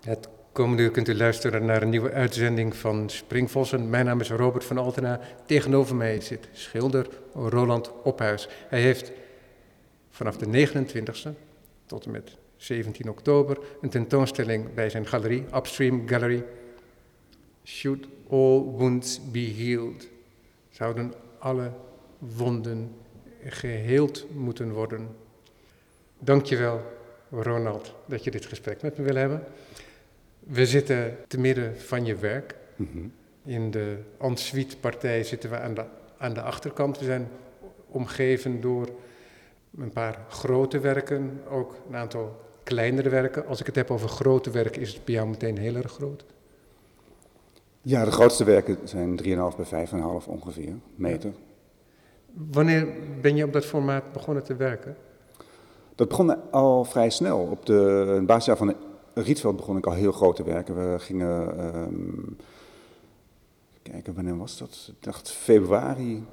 Het komende uur kunt u luisteren naar een nieuwe uitzending van Springvossen. Mijn naam is Robert van Altena. Tegenover mij zit schilder Roland Ophuis. Hij heeft vanaf de 29e tot en met 17 oktober een tentoonstelling bij zijn galerie, Upstream Gallery. Should all wounds be healed? Zouden alle wonden geheeld moeten worden? Dankjewel, Ronald, dat je dit gesprek met me wil hebben. We zitten te midden van je werk. Mm-hmm. In de ensuite-partij zitten we aan de achterkant. We zijn omgeven door een paar grote werken, ook een aantal kleinere werken. Als ik het heb over grote werken, is het bij jou meteen heel erg groot? Ja, de grootste werken zijn 3,5 bij 5,5 ongeveer meter. Ja. Wanneer ben je op dat formaat begonnen te werken? Dat begon al vrij snel. Op het basisjaar van Rietveld begon ik al heel groot te werken. We gingen, kijken, wanneer was dat? Ik dacht februari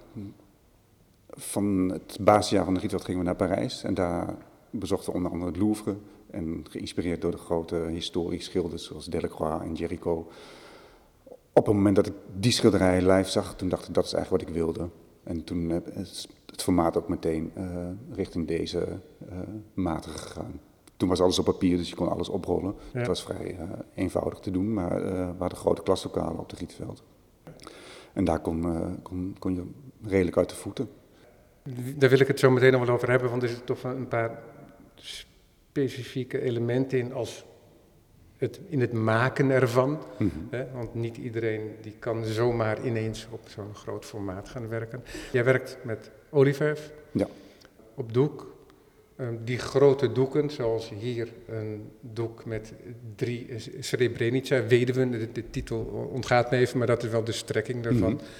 van het basisjaar van de Rietveld gingen we naar Parijs. En daar bezochten we onder andere het Louvre. En geïnspireerd door de grote historische schilders zoals Delacroix en Géricault. Op het moment dat ik die schilderij live zag, toen dacht ik dat is eigenlijk wat ik wilde. En toen is het formaat ook meteen richting deze maten gegaan. Toen was alles op papier, dus je kon alles oprollen. Ja. Het was vrij eenvoudig te doen, maar we hadden grote klaslokalen op de Rietveld. En daar kon je redelijk uit de voeten. Daar wil ik het zo meteen nog wel over hebben, want er zitten toch een paar specifieke elementen in als in het maken ervan. Mm-hmm. Hè? Want niet iedereen die kan zomaar ineens op zo'n groot formaat gaan werken. Jij werkt met olieverf, ja, op doek. Die grote doeken, zoals hier een doek met 3 Srebrenica-weduwen. De titel ontgaat me even, maar dat is wel de strekking daarvan. Mm-hmm.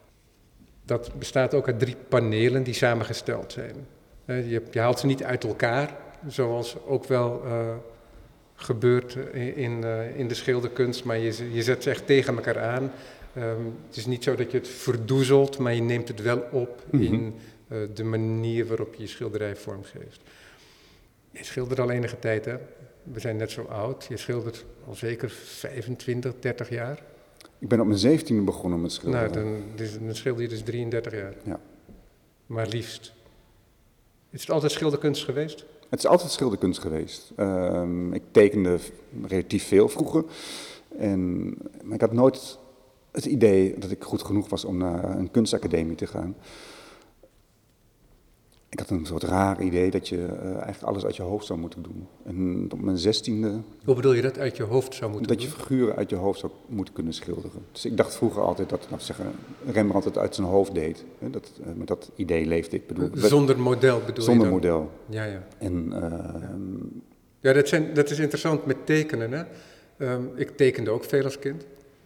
Dat bestaat ook uit 3 panelen die samengesteld zijn. Je haalt ze niet uit elkaar, zoals ook wel gebeurt in de schilderkunst, maar je zet ze echt tegen elkaar aan. Het is niet zo dat je het verdoezelt, maar je neemt het wel op in de manier waarop je je schilderij vormgeeft. Je schildert al enige tijd, hè? We zijn net zo oud. Je schildert al zeker 25, 30 jaar. Ik ben op mijn 17e begonnen met schilderen. Nou, dan schilder je dus 33 jaar. Ja. Maar liefst. Is het altijd schilderkunst geweest? Het is altijd schilderkunst geweest. Ik tekende relatief veel vroeger. Maar ik had nooit het idee dat ik goed genoeg was om naar een kunstacademie te gaan. Ik had een soort raar idee dat je eigenlijk alles uit je hoofd zou moeten doen. En op mijn 16e... Hoe bedoel je dat uit je hoofd zou moeten doen? Dat je figuren uit je hoofd zou moeten kunnen schilderen. Dus ik dacht vroeger altijd dat Rembrandt het uit zijn hoofd deed. Met dat idee leefde ik. Zonder model bedoel zonder je dan? Zonder model. Ja, ja. Ja, dat is interessant met tekenen. Hè? Ik tekende ook veel als kind.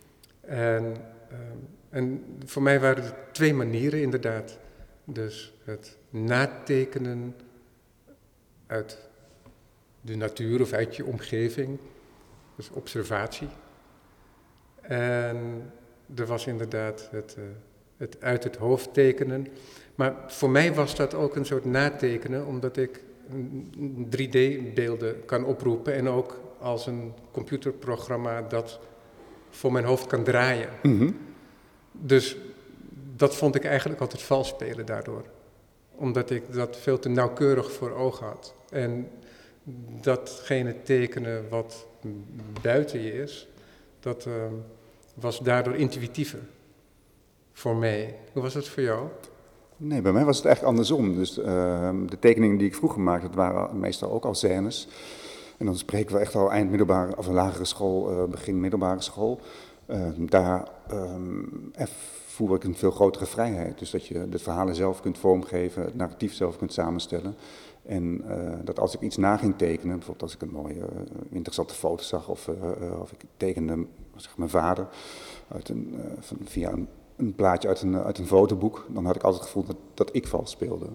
En voor mij waren er 2 manieren inderdaad. Dus het natekenen uit de natuur of uit je omgeving, dus observatie. En er was inderdaad het uit het hoofd tekenen. Maar voor mij was dat ook een soort natekenen, omdat ik 3D-beelden kan oproepen en ook als een computerprogramma dat voor mijn hoofd kan draaien. Mm-hmm. Dus dat vond ik eigenlijk altijd vals spelen daardoor. Omdat ik dat veel te nauwkeurig voor ogen had. En datgene tekenen wat buiten je is, dat was daardoor intuïtiever voor mij. Hoe was dat voor jou? Nee, bij mij was het eigenlijk andersom. Dus de tekeningen die ik vroeger maakte, dat waren meestal ook al scènes. En dan spreken we echt al eind middelbare of een lagere school, begin middelbare school. Daar voel ik een veel grotere vrijheid. Dus dat je de verhalen zelf kunt vormgeven, het narratief zelf kunt samenstellen. En dat als ik iets na ging tekenen, bijvoorbeeld als ik een mooie interessante foto zag of ik tekende mijn vader via een plaatje uit een fotoboek, dan had ik altijd het gevoel dat ik vals speelde.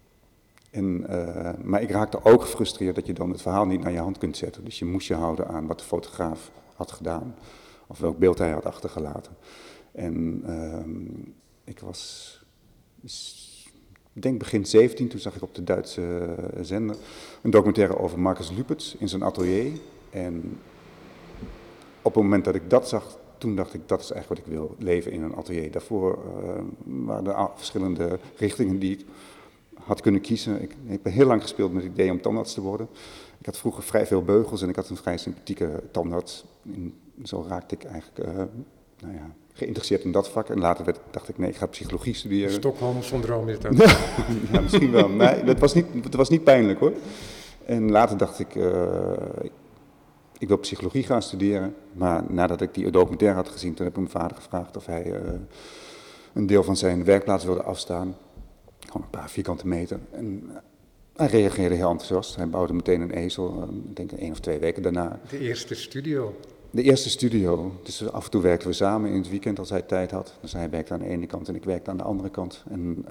Maar ik raakte ook gefrustreerd dat je dan het verhaal niet naar je hand kunt zetten. Dus je moest je houden aan wat de fotograaf had gedaan. Of welk beeld hij had achtergelaten. En ik was, ik denk begin 17, toen zag ik op de Duitse zender een documentaire over Marcus Lüpertz in zijn atelier. En op het moment dat ik dat zag, toen dacht ik, dat is echt wat ik wil, leven in een atelier. Daarvoor waren er verschillende richtingen die ik had kunnen kiezen. Ik heb heel lang gespeeld met het idee om tandarts te worden. Ik had vroeger vrij veel beugels en ik had een vrij sympathieke tandarts. En zo raakte ik eigenlijk geïnteresseerd in dat vak. En later dacht ik, nee, ik ga psychologie studeren. Stockholm-syndroom is dat. Ja, misschien wel. Nee, dat was niet pijnlijk hoor. En later dacht ik, ik wil psychologie gaan studeren. Maar nadat ik die documentaire had gezien, toen heb ik mijn vader gevraagd of hij een deel van zijn werkplaats wilde afstaan. Gewoon een paar vierkante meter. En hij reageerde heel enthousiast. Hij bouwde meteen een ezel, ik denk 1 of 2 weken daarna. De eerste studio. De eerste studio. Dus af en toe werkten we samen in het weekend als hij tijd had. Dus hij werkte aan de ene kant en ik werkte aan de andere kant. En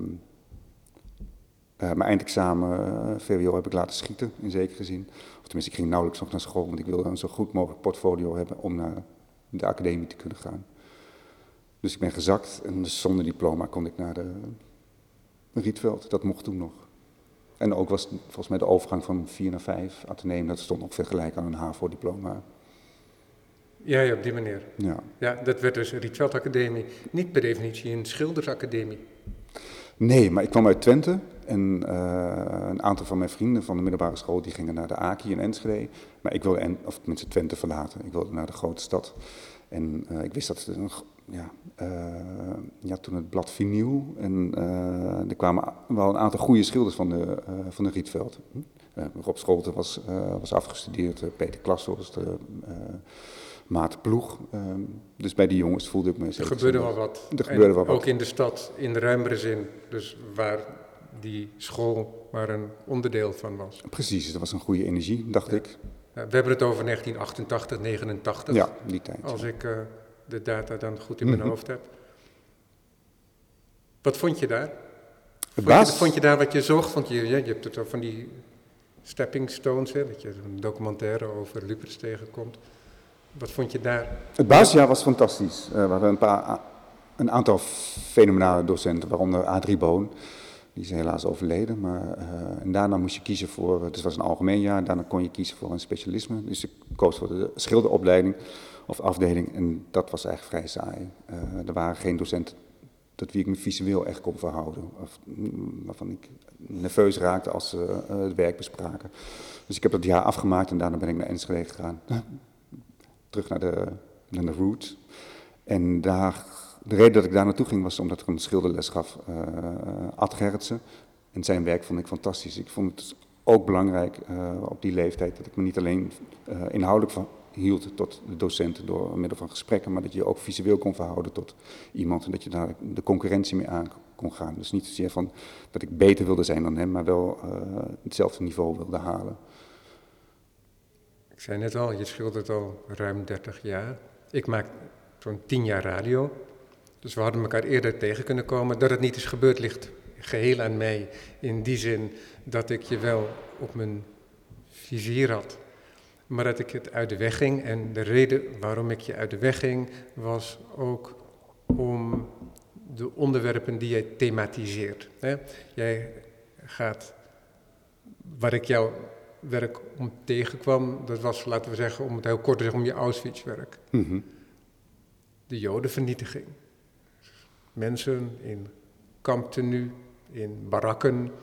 mijn eindexamen, VWO, heb ik laten schieten, in zekere zin. Of tenminste, ik ging nauwelijks nog naar school, want ik wilde een zo goed mogelijk portfolio hebben om naar de academie te kunnen gaan. Dus ik ben gezakt en dus zonder diploma kon ik naar de Rietveld. Dat mocht toen nog. En ook was volgens mij de overgang van 4 naar 5 ateneum, dat stond ongeveer gelijk aan een HAVO-diploma. Ja, op die manier. Ja. Ja, dat werd dus Rietveld Academie. Niet per definitie een schildersacademie. Nee, maar ik kwam uit Twente en een aantal van mijn vrienden van de middelbare school die gingen naar de AKI in Enschede. Maar ik wilde, of tenminste Twente verlaten, ik wilde naar de grote stad. En ik wist dat toen het blad Vinyl en er kwamen wel een aantal goede schilders van de Rietveld. Rob Scholten was afgestudeerd, Peter Klashorst, Maarten Ploeg. Dus bij die jongens voelde ik me zeker. Er gebeurde wel wat. Er gebeurde wel wat. Ook in de stad, in de ruimere zin. Dus waar die school maar een onderdeel van was. Precies, dat was een goede energie, dacht ik. We hebben het over 1988, 89. Ja, die tijd. Als ik de data dan goed in mijn hoofd heb. Wat vond je daar? Vond je daar wat je zocht? Je hebt het over van die stepping stones, hè, dat je een documentaire over Lupers tegenkomt. Wat vond je daar? Het basisjaar was fantastisch. We hadden een aantal fenomenale docenten, waaronder Adrie Boon. Die is helaas overleden. Maar, en daarna moest je kiezen voor, het was een algemeen jaar, daarna kon je kiezen voor een specialisme. Dus ik koos voor de schilderopleiding of afdeling en dat was eigenlijk vrij saai. Er waren geen docenten tot wie ik me visueel echt kon verhouden. Of waarvan ik nerveus raakte als ze het werk bespraken. Dus ik heb dat jaar afgemaakt en daarna ben ik naar Enschede gegaan. Terug naar de roots. En de reden dat ik daar naartoe ging was omdat ik een schilderles gaf, Ad Gerritsen. En zijn werk vond ik fantastisch. Ik vond het ook belangrijk op die leeftijd dat ik me niet alleen inhoudelijk hield tot de docenten door middel van gesprekken, maar dat je je ook visueel kon verhouden tot iemand en dat je daar de concurrentie mee aan kon gaan. Dus niet zozeer van dat ik beter wilde zijn dan hem, maar wel hetzelfde niveau wilde halen. Ik zei net al, je schildert al ruim 30 jaar. Ik maak zo'n 10 jaar radio. Dus we hadden elkaar eerder tegen kunnen komen. Dat het niet is gebeurd ligt geheel aan mij. In die zin dat ik je wel op mijn vizier had. Maar dat ik het uit de weg ging. En de reden waarom ik je uit de weg ging was ook om de onderwerpen die jij thematiseert. Jij gaat, waar ik jouw werk om tegenkwam, dat was, laten we zeggen, om het heel kort te zeggen, om je Auschwitz-werk. Mm-hmm. De Jodenvernietiging. Mensen in kamptenu, in barakken.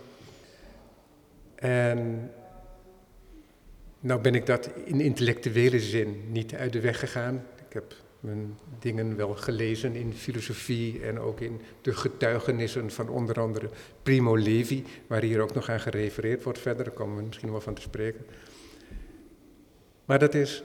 En nou ben ik dat in intellectuele zin niet uit de weg gegaan. Ik heb mijn dingen wel gelezen in filosofie en ook in de getuigenissen van onder andere Primo Levi, waar hier ook nog aan gerefereerd wordt verder. Daar komen we misschien wel van te spreken. Maar dat is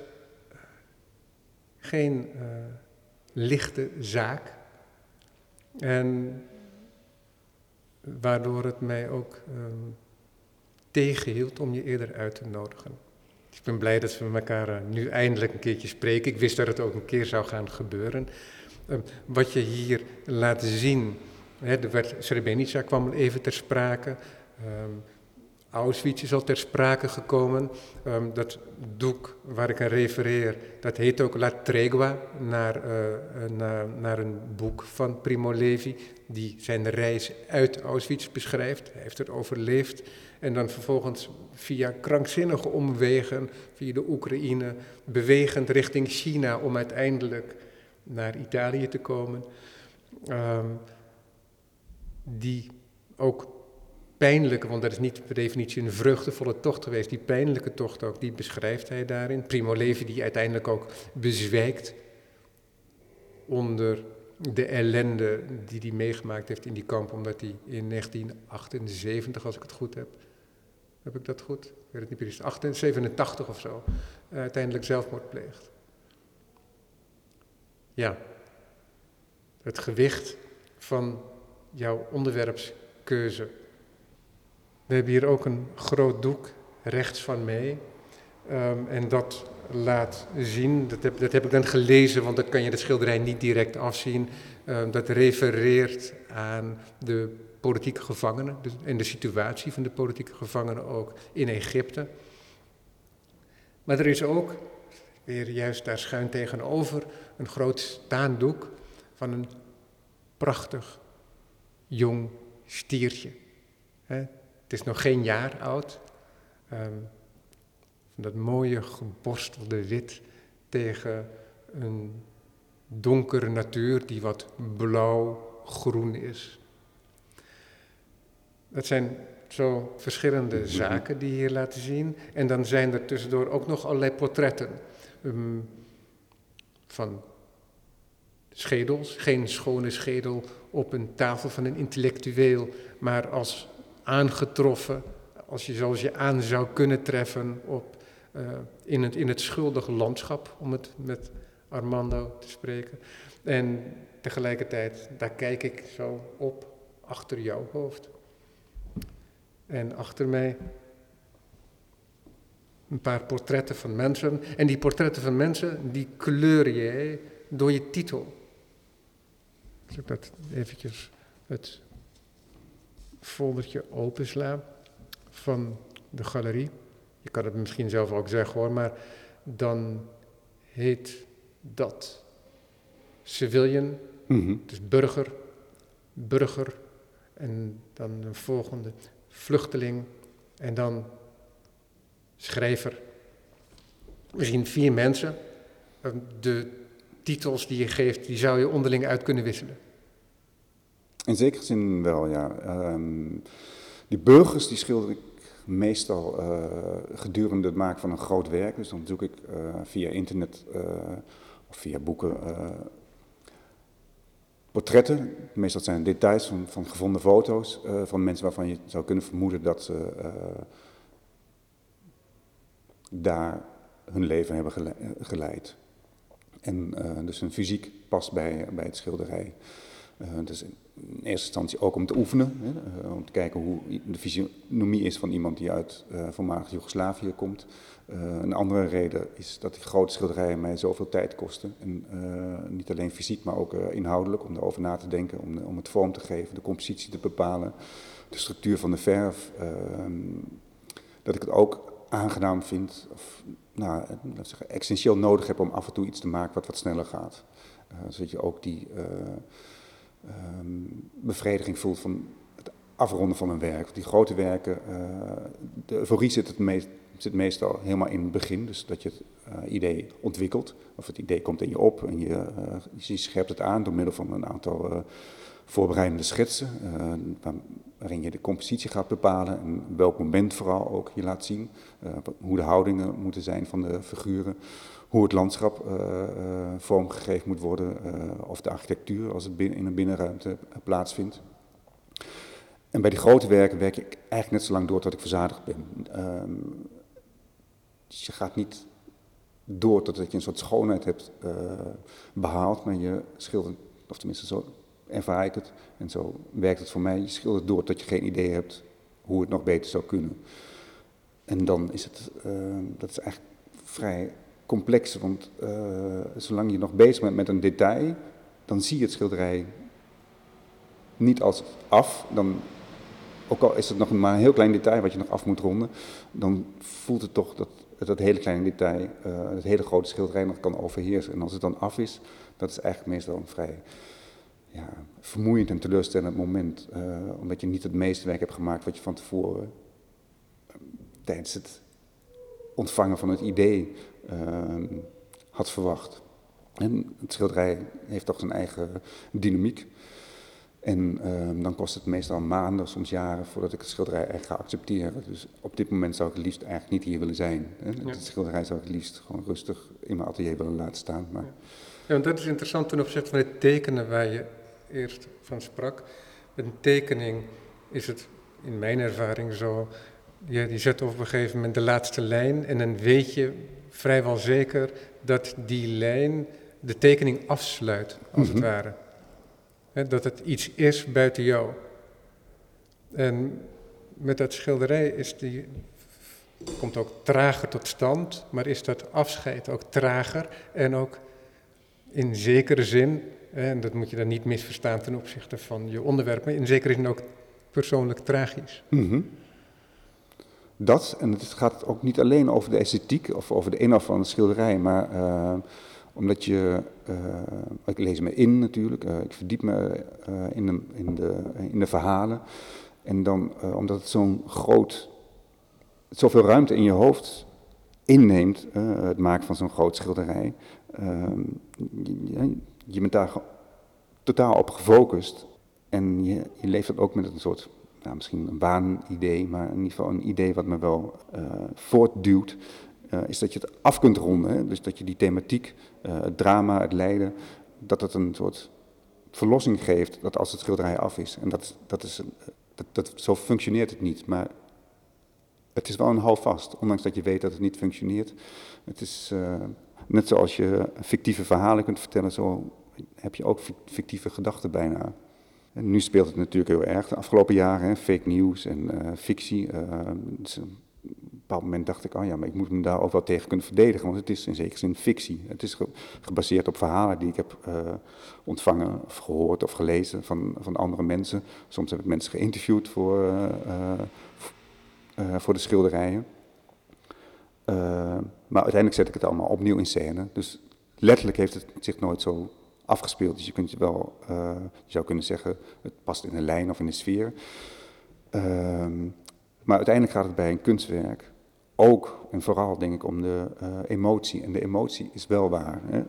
geen lichte zaak. En waardoor het mij ook tegenhield om je eerder uit te nodigen. Ik ben blij dat we elkaar nu eindelijk een keertje spreken. Ik wist dat het ook een keer zou gaan gebeuren. Wat je hier laat zien, Srebrenica kwam al even ter sprake. Auschwitz is al ter sprake gekomen. Dat doek waar ik aan refereer, dat heet ook La Tregua, naar een boek van Primo Levi, die zijn reis uit Auschwitz beschrijft. Hij heeft het overleefd En dan vervolgens via krankzinnige omwegen, via de Oekraïne, bewegend richting China om uiteindelijk naar Italië te komen. Die ook pijnlijke, want dat is niet per definitie een vreugdevolle tocht geweest, die pijnlijke tocht ook, die beschrijft hij daarin. Primo Levi die uiteindelijk ook bezwijkt onder de ellende die hij meegemaakt heeft in die kamp, omdat hij in 1978, als ik het goed heb ik dat goed? Ik weet het niet precies, 87 of zo, uiteindelijk zelfmoord pleegt. Ja, het gewicht van jouw onderwerpskeuze. We hebben hier ook een groot doek rechts van mij. En dat laat zien, dat heb ik dan gelezen, want dat kan je de schilderij niet direct afzien. Dat refereert aan de politieke gevangenen en de situatie van de politieke gevangenen ook in Egypte. Maar er is ook, weer juist daar schuin tegenover, een groot staandoek van een prachtig jong stiertje. Het is nog geen jaar oud. Van dat mooie geborstelde wit tegen een donkere natuur die wat blauw-groen is. Dat zijn zo verschillende zaken die hier laten zien. En dan zijn er tussendoor ook nog allerlei portretten van schedels. Geen schone schedel op een tafel van een intellectueel, maar als aangetroffen, zoals je aan zou kunnen treffen in het schuldige landschap, om het met Armando te spreken. En tegelijkertijd, daar kijk ik zo op, achter jouw hoofd. En achter mij een paar portretten van mensen. En die portretten van mensen, die kleur je door je titel. Als ik dat eventjes het foldertje opensla van de galerie. Je kan het misschien zelf ook zeggen hoor, maar dan heet dat civilian, dus burger, en dan een volgende vluchteling en dan schrijver. Misschien 4 mensen. De titels die je geeft, die zou je onderling uit kunnen wisselen. In zekere zin wel, ja. Die burgers die schilder ik meestal gedurende het maken van een groot werk. Dus dan zoek ik via internet of via boeken portretten. Meestal zijn het details van gevonden foto's van mensen waarvan je zou kunnen vermoeden dat ze daar hun leven hebben geleid. En dus hun fysiek past bij het schilderij. Dus in eerste instantie ook om te oefenen, om te kijken hoe de fysionomie is van iemand die uit voormalig Joegoslavië komt. Een andere reden is dat die grote schilderijen mij zoveel tijd kosten. En niet alleen fysiek, maar ook inhoudelijk, om erover na te denken, om het vorm te geven, de compositie te bepalen, de structuur van de verf. Dat ik het ook aangenaam vind, of laten we zeggen, essentieel nodig heb om af en toe iets te maken wat sneller gaat. Zodat je ook die bevrediging voelt van het afronden van een werk. Die grote werken, de euforie zit meestal helemaal in het begin, dus dat je het idee ontwikkelt, of het idee komt in je op en je scherpt het aan door middel van een aantal voorbereidende schetsen, waarin je de compositie gaat bepalen en op welk moment vooral ook je laat zien, hoe de houdingen moeten zijn van de figuren, hoe het landschap vormgegeven moet worden, of de architectuur als het in een binnenruimte plaatsvindt. En bij die grote werken werk ik eigenlijk net zo lang door tot ik verzadigd ben. Dus je gaat niet door totdat je een soort schoonheid hebt behaald, maar je schildert, of tenminste zo ervaar ik het, en zo werkt het voor mij, je schildert door tot je geen idee hebt hoe het nog beter zou kunnen. En dan is het, dat is eigenlijk vrij complex, want zolang je nog bezig bent met een detail, dan zie je het schilderij niet als af, dan, ook al is het nog maar een heel klein detail wat je nog af moet ronden, dan voelt het toch dat hele kleine detail, het hele grote schilderij nog kan overheersen. En als het dan af is, dat is eigenlijk meestal een vrij vermoeiend en teleurstellend moment, omdat je niet het meeste werk hebt gemaakt wat je van tevoren tijdens het ontvangen van het idee had verwacht. En het schilderij heeft toch zijn eigen dynamiek. En dan kost het meestal maanden, soms jaren, voordat ik het schilderij echt ga accepteren. Dus op dit moment zou ik het liefst eigenlijk niet hier willen zijn. Hè. Ja. Het schilderij zou ik het liefst gewoon rustig in mijn atelier willen laten staan. Maar... Ja, want dat is interessant ten opzichte van het tekenen waar je eerst van sprak. Met een tekening is het in mijn ervaring zo, je zet op een gegeven moment de laatste lijn en dan weet je vrijwel zeker dat die lijn de tekening afsluit, als het ware. He, dat het iets is buiten jou. En met dat schilderij komt ook trager tot stand, maar is dat afscheid ook trager en ook in zekere zin, en dat moet je dan niet misverstaan ten opzichte van je onderwerp, maar in zekere zin ook persoonlijk tragisch. Mm-hmm. Dat, en het gaat ook niet alleen over de esthetiek of over de inhoud van de schilderij, maar omdat ik lees me in natuurlijk, ik verdiep me in de verhalen. En dan, omdat het zoveel ruimte in je hoofd inneemt, het maken van zo'n groot schilderij, je bent daar totaal op gefocust. En je leeft dat ook met een soort, misschien een waanidee, maar in ieder geval een idee wat me wel voortduwt, is dat je het af kunt ronden. Hè? Dus dat je die thematiek, het drama, het lijden, dat het een soort verlossing geeft, dat als het schilderij af is. En zo functioneert het niet, maar het is wel een houvast, ondanks dat je weet dat het niet functioneert. Het is net zoals je fictieve verhalen kunt vertellen, zo heb je ook fictieve gedachten bijna. En nu speelt het natuurlijk heel erg, de afgelopen jaren, fake news en fictie. Dus op een bepaald moment dacht ik, maar ik moet me daar ook wel tegen kunnen verdedigen, want het is in zekere zin fictie. Het is gebaseerd op verhalen die ik heb ontvangen of gehoord of gelezen van andere mensen. Soms heb ik mensen geïnterviewd voor de schilderijen. Maar uiteindelijk zet ik het allemaal opnieuw in scène. Dus letterlijk heeft het zich nooit zo afgespeeld. Dus je kunt je zou kunnen zeggen, het past in een lijn of in een sfeer. Maar uiteindelijk gaat het bij een kunstwerk ook en vooral, denk ik, om de emotie. En de emotie is wel waar. Hè?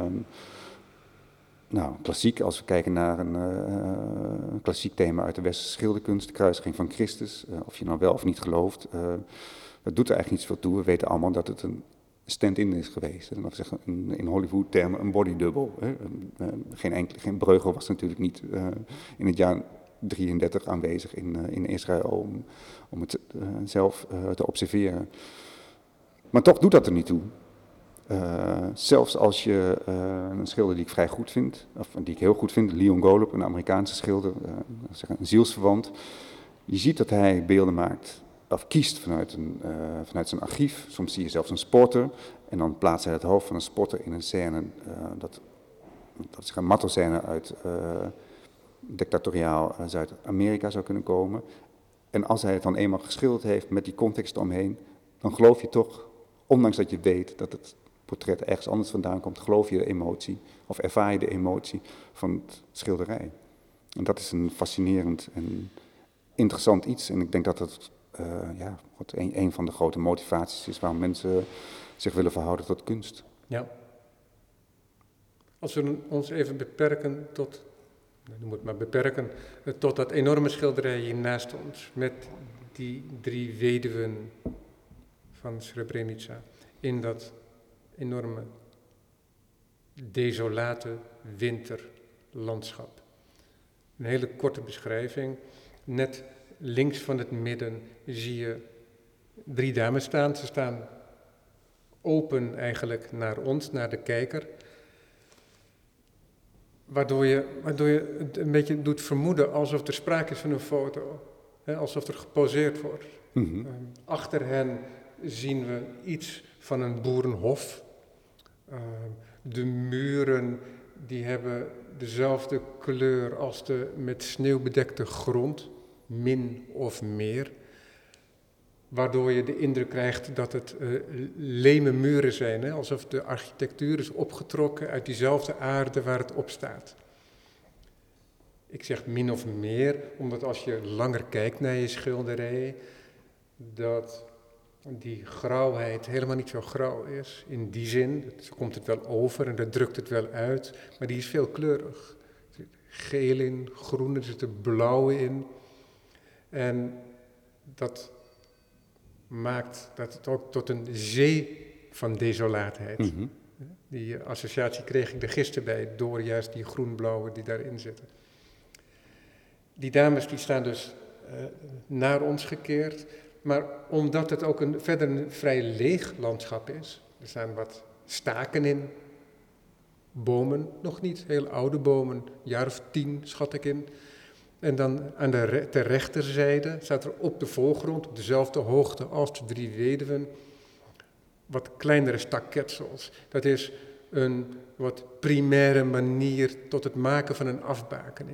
Klassiek, als we kijken naar een klassiek thema uit de westerse schilderkunst, de kruisiging van Christus, of je nou wel of niet gelooft, dat doet er eigenlijk niet zoveel toe. We weten allemaal dat het een stand-in is geweest. Laten we zeggen, in Hollywood-termen een bodydouble. Geen Breugel was natuurlijk niet in het jaar 33 aanwezig in Israël om het zelf te observeren. Maar toch doet dat er niet toe. Zelfs als je een schilder die ik vrij goed vind, of die ik heel goed vind, Leon Golub, een Amerikaanse schilder, een zielsverwant, je ziet dat hij beelden maakt, of kiest vanuit zijn archief. Soms zie je zelfs een sporter en dan plaatst hij het hoofd van een sporter in een scène, dat is een martelscène uit dictatoriaal Zuid-Amerika zou kunnen komen. En als hij het dan eenmaal geschilderd heeft met die context omheen, dan geloof je toch, ondanks dat je weet dat het portret ergens anders vandaan komt, geloof je de emotie, of ervaar je de emotie van het schilderij. En dat is een fascinerend en interessant iets. En ik denk dat het een van de grote motivaties is waarom mensen zich willen verhouden tot kunst. Ja. Als we ons even beperken tot dat enorme schilderij hier naast ons, met die 3 weduwen van Srebrenica, in dat enorme, desolate winterlandschap. Een hele korte beschrijving. Net links van het midden zie je 3 dames staan. Ze staan open eigenlijk naar ons, naar de kijker. Waardoor je het een beetje doet vermoeden alsof er sprake is van een foto. Hè, alsof er geposeerd wordt. Mm-hmm. Achter hen zien we iets van een boerenhof. De muren die hebben dezelfde kleur als de met sneeuw bedekte grond, min of meer. Waardoor je de indruk krijgt dat het leme muren zijn, hè? Alsof de architectuur is opgetrokken uit diezelfde aarde waar het op staat. Ik zeg min of meer, omdat als je langer kijkt naar je schilderij, dat die grauwheid helemaal niet zo grauw is. In die zin, zo komt het wel over en dat drukt het wel uit, maar die is veelkleurig. Er zit geel in, groen, er zit blauw in. En dat maakt dat het ook tot een zee van desolaatheid. Mhm. Die associatie kreeg ik er gisteren bij, door juist die groen-blauwe die daarin zitten. Die dames die staan dus naar ons gekeerd, maar omdat het ook verder een vrij leeg landschap is, er staan wat staken in, bomen, nog niet heel oude bomen, een jaar of 10 schat ik in. En dan aan ter rechterzijde staat er op de voorgrond, op dezelfde hoogte als de 3 weduwen, wat kleinere staketsels. Dat is een wat primaire manier tot het maken van een afbakening.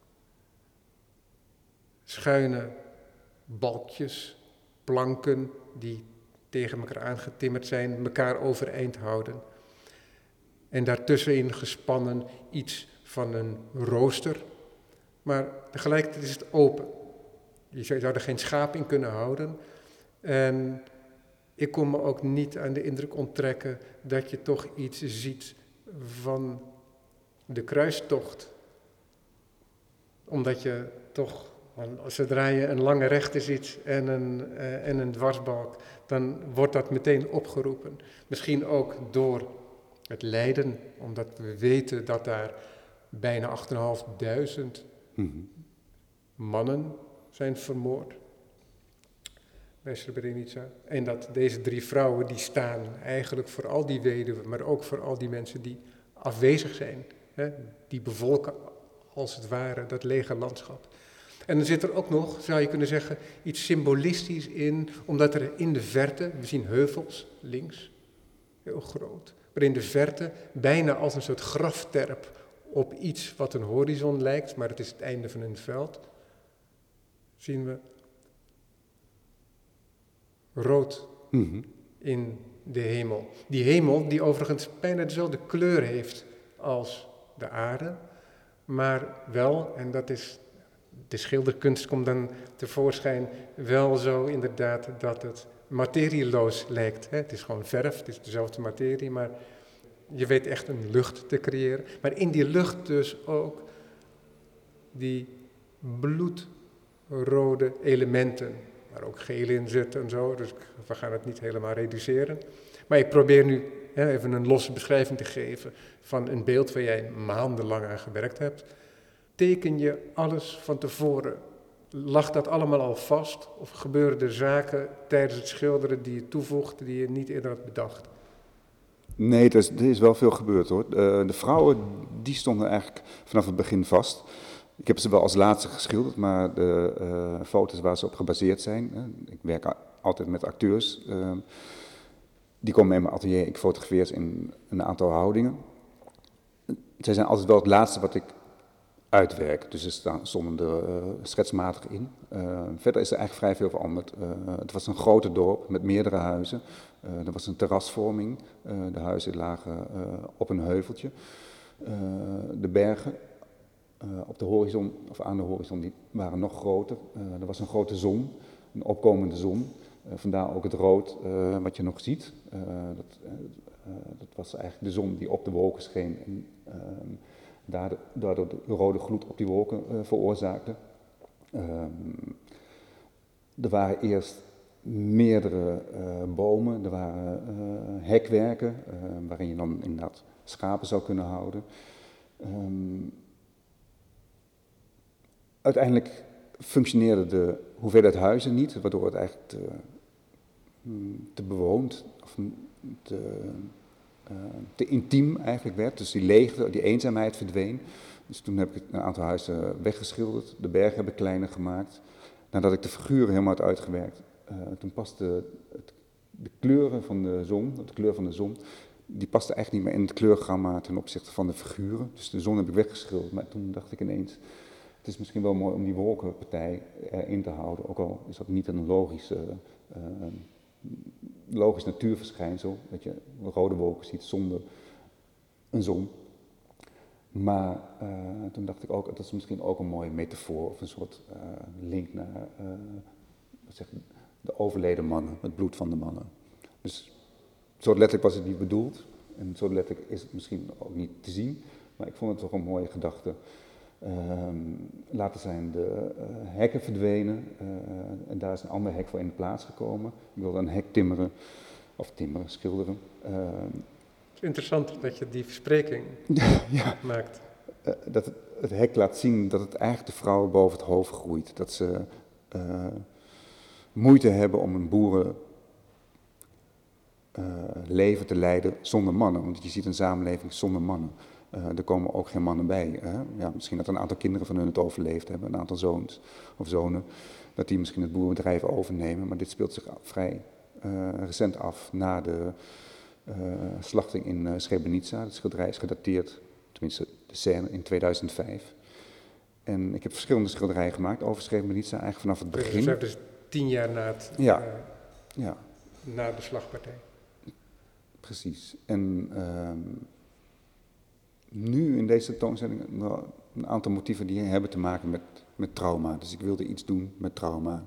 Schuine balkjes, planken die tegen elkaar aangetimmerd zijn, elkaar overeind houden. En daartussenin gespannen iets van een rooster, maar tegelijkertijd is het open. Je zou er geen schaap in kunnen houden. En ik kon me ook niet aan de indruk onttrekken dat je toch iets ziet van de kruistocht. Omdat je toch, zodra je een lange rechte ziet en een dwarsbalk, dan wordt dat meteen opgeroepen. Misschien ook door het lijden, omdat we weten dat daar bijna 8.500 mannen zijn vermoord bij Srebrenica. En dat deze 3 vrouwen die staan eigenlijk voor al die weduwen, maar ook voor al die mensen die afwezig zijn. Hè, die bevolken als het ware dat lege landschap. En dan zit er ook nog, zou je kunnen zeggen, iets symbolistisch in, omdat er in de verte, we zien heuvels links, heel groot, maar in de verte bijna als een soort grafterp op iets wat een horizon lijkt, maar het is het einde van een veld, zien we rood in de hemel. Die hemel die overigens bijna dezelfde kleur heeft als de aarde, maar wel, en dat is, de schilderkunst komt dan tevoorschijn, wel zo inderdaad dat het materieloos lijkt. Hè? Het is gewoon verf, het is dezelfde materie, maar je weet echt een lucht te creëren. Maar in die lucht dus ook die bloedrode elementen, waar ook geel in zit en zo, dus we gaan het niet helemaal reduceren. Maar ik probeer nu even een losse beschrijving te geven van een beeld waar jij maandenlang aan gewerkt hebt. Teken je alles van tevoren? Lag dat allemaal al vast? Of gebeuren er zaken tijdens het schilderen die je toevoegt, die je niet eerder had bedacht? Nee, er is wel veel gebeurd hoor. De vrouwen, die stonden eigenlijk vanaf het begin vast. Ik heb ze wel als laatste geschilderd, maar de foto's waar ze op gebaseerd zijn, ik werk altijd met acteurs, die komen in mijn atelier, ik fotografeer ze in een aantal houdingen. Zij zijn altijd wel het laatste wat ik uitwerk, dus ze stonden er schetsmatig in. Verder is er eigenlijk vrij veel veranderd. Het was een grote dorp met meerdere huizen. Er was een terrasvorming, de huizen lagen op een heuveltje. De bergen op de horizon, of aan de horizon, die waren nog groter. Er was een grote zon, een opkomende zon. Vandaar ook het rood wat je nog ziet. Dat was eigenlijk de zon die op de wolken scheen en daardoor de rode gloed op die wolken veroorzaakte. Er waren eerst meerdere bomen, er waren hekwerken waarin je dan inderdaad schapen zou kunnen houden. Uiteindelijk functioneerde de hoeveelheid huizen niet, waardoor het eigenlijk te bewoond of te intiem eigenlijk werd. Dus die leegte, die eenzaamheid verdween. Dus toen heb ik een aantal huizen weggeschilderd, de bergen heb ik kleiner gemaakt. Nadat ik de figuren helemaal had uitgewerkt, toen paste de kleuren van de zon, de kleur van de zon, die paste eigenlijk niet meer in het kleurgamma ten opzichte van de figuren. Dus de zon heb ik weggeschilderd, maar toen dacht ik ineens, het is misschien wel mooi om die wolkenpartij erin te houden, ook al is dat niet een logisch natuurverschijnsel, dat je rode wolken ziet zonder een zon. Maar toen dacht ik ook, dat is misschien ook een mooie metafoor of een soort link naar de overleden mannen, het bloed van de mannen. Dus zo letterlijk was het niet bedoeld. En zo letterlijk is het misschien ook niet te zien. Maar ik vond het toch een mooie gedachte. Later zijn de hekken verdwenen. En daar is een ander hek voor in de plaats gekomen. Ik wilde een hek schilderen. Het is interessant dat je die verspreking Ja, maakt. dat het hek laat zien dat het eigenlijk de vrouwen boven het hoofd groeit. Dat ze moeite hebben om een boerenleven te leiden zonder mannen. Want je ziet een samenleving zonder mannen. Er komen ook geen mannen bij. Hè? Ja, misschien dat een aantal kinderen van hun het overleefd hebben, een aantal zoons of zonen, dat die misschien het boerenbedrijf overnemen. Maar dit speelt zich vrij recent af na de slachting in Srebrenica. Het schilderij is gedateerd, tenminste de scène, in 2005. En ik heb verschillende schilderijen gemaakt over Srebrenica, eigenlijk vanaf het begin. Dus 10 jaar na, na de slagpartij. Precies. En nu in deze tentoonstelling een aantal motieven die hebben te maken met trauma. Dus ik wilde iets doen met trauma.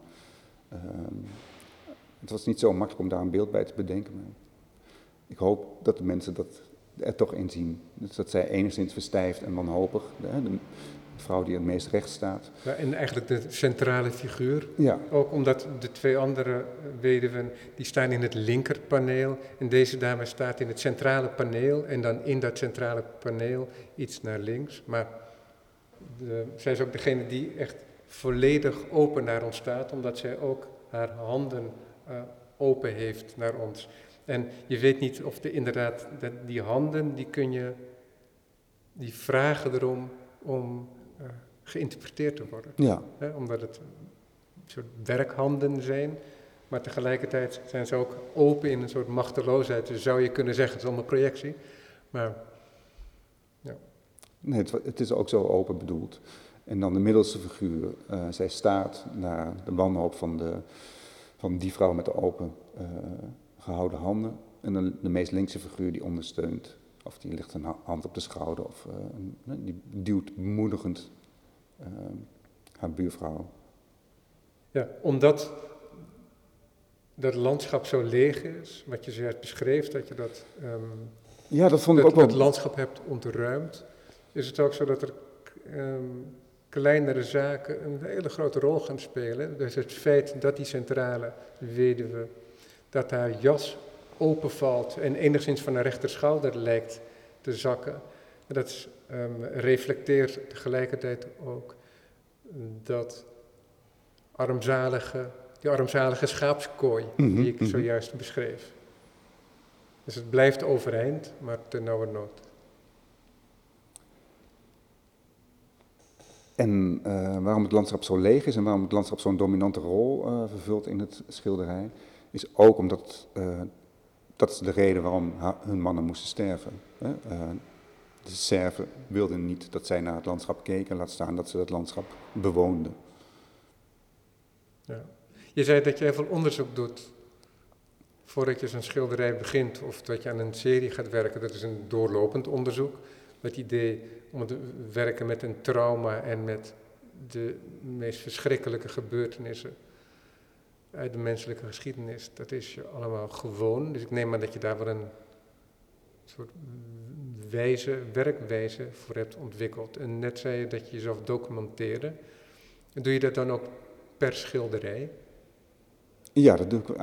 Het was niet zo makkelijk om daar een beeld bij te bedenken. Maar ik hoop dat de mensen dat er toch in zien. Dus dat zij enigszins verstijfd en wanhopig, de vrouw die het meest recht staat. Ja, en eigenlijk de centrale figuur. Ja. Ook omdat de 2 andere weduwen, die staan in het linkerpaneel. En deze dame staat in het centrale paneel. En dan in dat centrale paneel iets naar links. Maar zij is ook degene die echt volledig open naar ons staat. Omdat zij ook haar handen open heeft naar ons. En je weet niet of inderdaad, die handen, die vragen erom om geïnterpreteerd te worden. Ja. Omdat het een soort werkhanden zijn, maar tegelijkertijd zijn ze ook open in een soort machteloosheid. Dus zou je kunnen zeggen, zonder projectie. Maar, ja. Nee, het is ook zo open bedoeld. En dan de middelste figuur, zij staat naar de wanhoop van die vrouw met de open gehouden handen. En de meest linkse figuur die ondersteunt, of die legt een hand op de schouder, of die duwt bemoedigend haar buurvrouw. Ja, omdat dat landschap zo leeg is, wat je zojuist beschreef, dat je dat, ja, dat vond ik ook wel. Het landschap hebt ontruimd, is het ook zo dat er kleinere zaken een hele grote rol gaan spelen. Dus het feit dat die centrale weduwe, dat haar jas openvalt en enigszins van haar rechterschouder lijkt te zakken, dat reflecteert tegelijkertijd ook dat die armzalige schaapskooi die ik zojuist beschreef. Dus het blijft overeind, maar ten nauwernood. En waarom het landschap zo leeg is en waarom het landschap zo'n dominante rol vervult in het schilderij, is ook omdat dat is de reden waarom hun mannen moesten sterven. De Serven wilden niet dat zij naar het landschap keken, laat staan dat ze het landschap bewoonden. Ja. Je zei dat je even onderzoek doet voordat je zo'n schilderij begint of dat je aan een serie gaat werken. Dat is een doorlopend onderzoek. Het idee om te werken met een trauma en met de meest verschrikkelijke gebeurtenissen uit de menselijke geschiedenis, dat is je allemaal gewoon. Dus ik neem aan dat je daar wel een soort werkwijze voor hebt ontwikkeld. En net zei je dat je jezelf documenteerde. Doe je dat dan ook per schilderij? Ja, dat doe ik.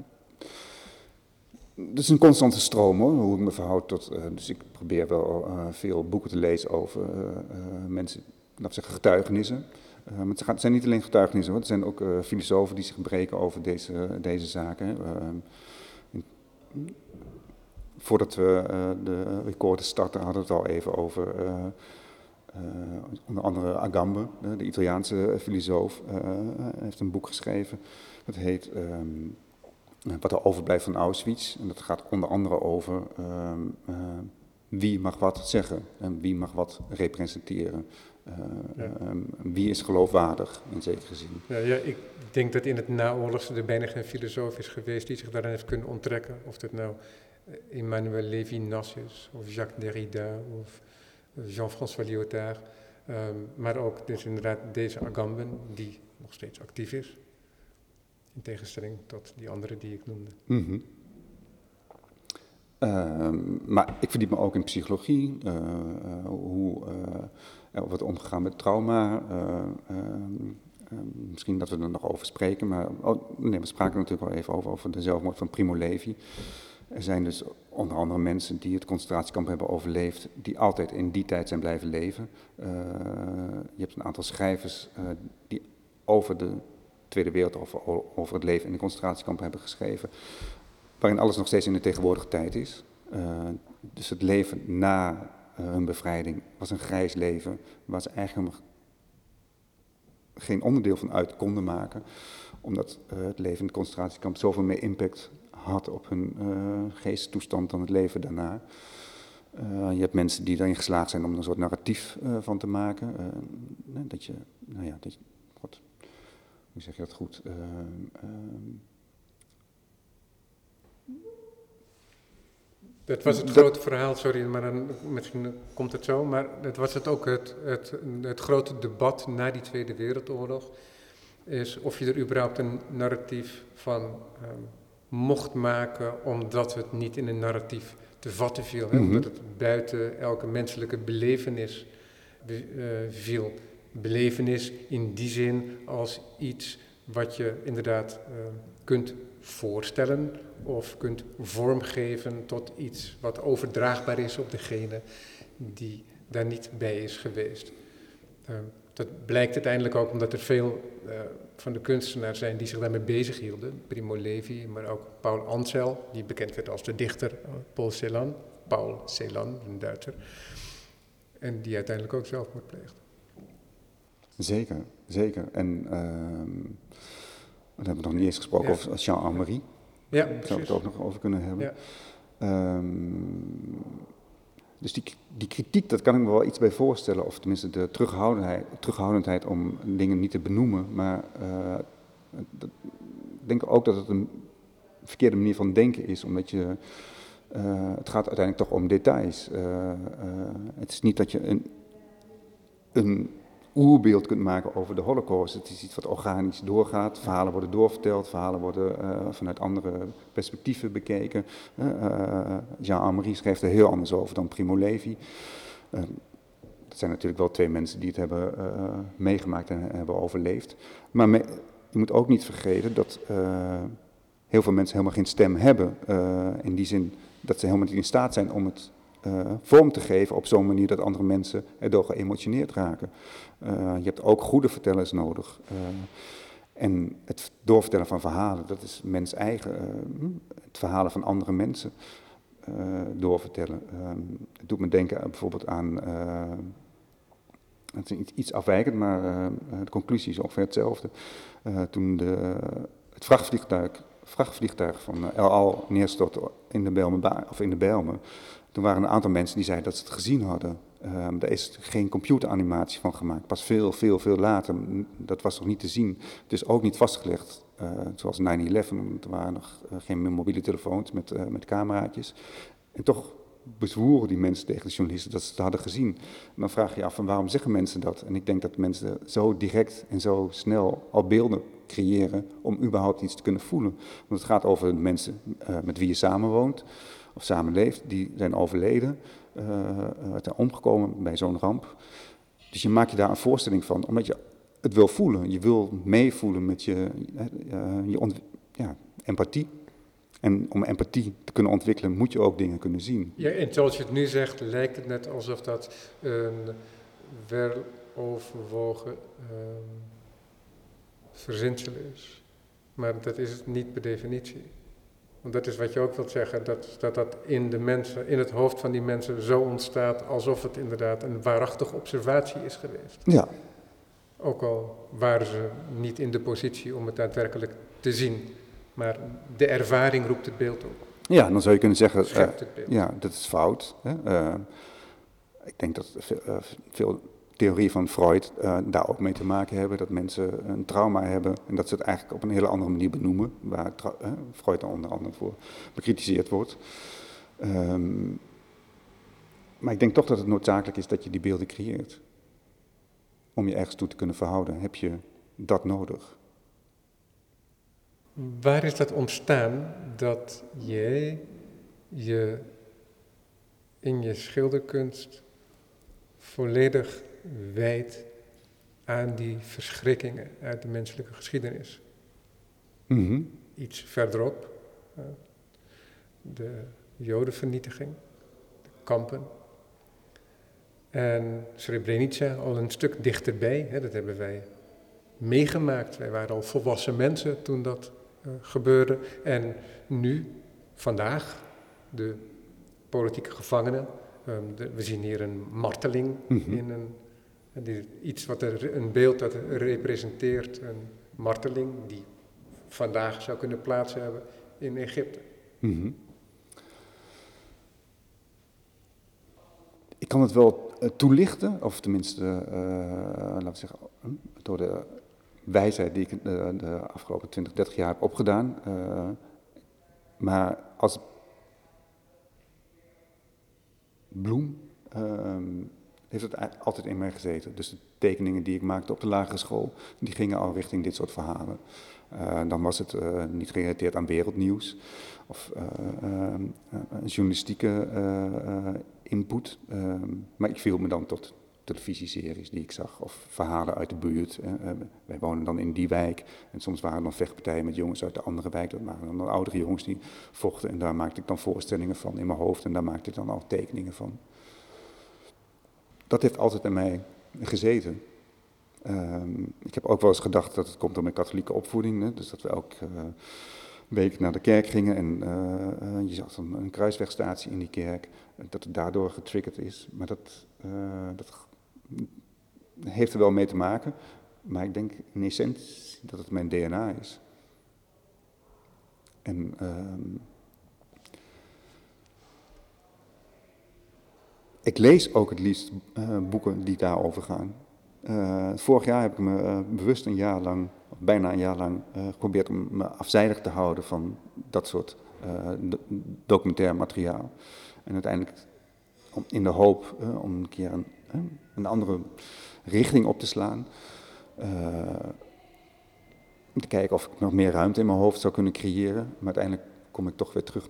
Het is een constante stroom hoor, hoe ik me verhoud tot. Dus ik probeer wel veel boeken te lezen over mensen, laten we zeggen getuigenissen. Maar het zijn niet alleen getuigenissen hoor, het zijn ook filosofen die zich breken over deze zaken. Voordat we de recorder starten hadden we het al even over onder andere Agamben, de Italiaanse filosoof, heeft een boek geschreven. Dat heet Wat er overblijft van Auschwitz. En dat gaat onder andere over wie mag wat zeggen en wie mag wat representeren. Wie is geloofwaardig in zekere zin. Ja, ik denk dat in het naoorlogse er bijna geen filosoof is geweest die zich daaraan heeft kunnen onttrekken. Of dat nou Emmanuel Lévinas is, of Jacques Derrida, of Jean-François Lyotard. Maar ook dus inderdaad deze Agamben, die nog steeds actief is. In tegenstelling tot die andere die ik noemde. Mm-hmm. Maar ik verdiep me ook in psychologie, hoe er wordt omgegaan met trauma. Misschien dat we er nog over spreken, maar we spraken natuurlijk al even over de zelfmoord van Primo Levi. Er zijn dus onder andere mensen die het concentratiekamp hebben overleefd, die altijd in die tijd zijn blijven leven. Je hebt een aantal schrijvers die over de Tweede Wereldoorlog, over het leven in de concentratiekamp hebben geschreven, waarin alles nog steeds in de tegenwoordige tijd is. Dus het leven na hun bevrijding was een grijs leven, waar ze eigenlijk geen onderdeel van uit konden maken, omdat het leven in het concentratiekamp zoveel meer impact had op hun geesttoestand dan het leven daarna. Je hebt mensen die erin geslaagd zijn om er een soort narratief van te maken. Hoe zeg je dat goed? Dat was het grote verhaal, sorry, maar misschien komt het zo, maar het was het ook het grote debat na die Tweede Wereldoorlog, is of je er überhaupt een narratief van mocht maken, omdat het niet in een narratief te vatten viel, hè, omdat het buiten elke menselijke belevenis viel. Belevenis in die zin als iets wat je inderdaad kunt voorstellen of kunt vormgeven tot iets wat overdraagbaar is op degene die daar niet bij is geweest. Dat blijkt uiteindelijk ook omdat er veel van de kunstenaars zijn die zich daarmee bezighielden. Primo Levi, maar ook Paul Ansel, die bekend werd als de dichter Paul Celan, een Duitser. En die uiteindelijk ook zelfmoord pleegde. Zeker, zeker. En dan hebben we nog niet eens gesproken over Jean-Henri. Ja, daar zou ik het ook nog over kunnen hebben. Ja. Dus die kritiek, dat kan ik me wel iets bij voorstellen. Of tenminste de terughoudendheid om dingen niet te benoemen. Maar ik denk ook dat het een verkeerde manier van denken is. Omdat het gaat uiteindelijk toch om details. Het is niet dat je een oerbeeld kunt maken over de Holocaust. Het is iets wat organisch doorgaat. Verhalen worden doorverteld, verhalen worden vanuit andere perspectieven bekeken. Jean-Henri schreef er heel anders over dan Primo Levi. Dat zijn natuurlijk wel twee mensen die het hebben meegemaakt en hebben overleefd. Maar je moet ook niet vergeten dat heel veel mensen helemaal geen stem hebben. In die zin dat ze helemaal niet in staat zijn om het vorm te geven op zo'n manier dat andere mensen erdoor geëmotioneerd raken. Je hebt ook goede vertellers nodig. En het doorvertellen van verhalen, dat is mens eigen. Het verhalen van andere mensen doorvertellen. Het doet me denken bijvoorbeeld aan, het is iets afwijkend, maar de conclusie is ongeveer hetzelfde. Toen het vrachtvliegtuig van El Al neerstortte in de Bijlmer, toen waren een aantal mensen die zeiden dat ze het gezien hadden. Daar is geen computeranimatie van gemaakt. Pas veel later. Dat was nog niet te zien. Het is ook niet vastgelegd. Zoals 9/11. Er waren nog geen mobiele telefoons met cameraatjes. En toch bezwoeren die mensen tegen de journalisten dat ze het hadden gezien. En dan vraag je je af van waarom zeggen mensen dat? En ik denk dat mensen zo direct en zo snel al beelden creëren om überhaupt iets te kunnen voelen. Want het gaat over de mensen met wie je samenwoont of samenleeft, die zijn overleden, zijn omgekomen bij zo'n ramp. Dus je maakt je daar een voorstelling van, omdat je het wil voelen. Je wil meevoelen met je empathie. En om empathie te kunnen ontwikkelen, moet je ook dingen kunnen zien. Ja, en zoals je het nu zegt, lijkt het net alsof dat een weloverwogen verzinsel is. Maar dat is het niet per definitie. Want dat is wat je ook wilt zeggen, dat in de mensen, in het hoofd van die mensen zo ontstaat alsof het inderdaad een waarachtige observatie is geweest. Ja. Ook al waren ze niet in de positie om het daadwerkelijk te zien. Maar de ervaring roept het beeld op. Ja, dan zou je kunnen zeggen, ja, dat is fout. Hè? Ik denk dat veel theorieën van Freud daar ook mee te maken hebben. Dat mensen een trauma hebben en dat ze het eigenlijk op een hele andere manier benoemen. Waar Freud dan onder andere voor bekritiseerd wordt. Maar ik denk toch dat het noodzakelijk is dat je die beelden creëert. Om je ergens toe te kunnen verhouden, heb je dat nodig. Waar is dat ontstaan dat jij je in je schilderkunst volledig wijdt aan die verschrikkingen uit de menselijke geschiedenis? Mhm. Iets verderop, de Jodenvernietiging, de kampen. En Srebrenica al een stuk dichterbij, dat hebben wij meegemaakt. Wij waren al volwassen mensen toen dat gebeurde. En nu, vandaag, de politieke gevangenen. We zien hier een marteling in een beeld dat representeert een marteling die vandaag zou kunnen plaats hebben in Egypte. Mm-hmm. Ik kan het wel toelichten, of tenminste, laten we zeggen, door de wijsheid die ik de afgelopen 20, 30 jaar heb opgedaan. Maar als bloem heeft het altijd in mij gezeten. Dus de tekeningen die ik maakte op de lagere school, die gingen al richting dit soort verhalen. Dan was het niet gerelateerd aan wereldnieuws of journalistieke input. Maar ik viel me dan tot televisieseries die ik zag of verhalen uit de buurt. Wij wonen dan in die wijk en soms waren er dan vechtpartijen met jongens uit de andere wijk. Dat waren dan oudere jongens die vochten en daar maakte ik dan voorstellingen van in mijn hoofd en daar maakte ik dan al tekeningen van. Dat heeft altijd in mij gezeten. Ik heb ook wel eens gedacht dat het komt door mijn katholieke opvoeding. Hè? Dus dat we elke week naar de kerk gingen en je zag dan een kruiswegstatie in die kerk. Dat het daardoor getriggerd is. Maar dat heeft er wel mee te maken. Maar ik denk in essentie dat het mijn DNA is. En ik lees ook het liefst boeken die daarover gaan. Vorig jaar heb ik me bewust een jaar lang, of bijna een jaar lang, geprobeerd om me afzijdig te houden van dat soort documentair materiaal. En uiteindelijk in de hoop om een keer een andere richting op te slaan. Om te kijken of ik nog meer ruimte in mijn hoofd zou kunnen creëren. Maar uiteindelijk kom ik toch weer terug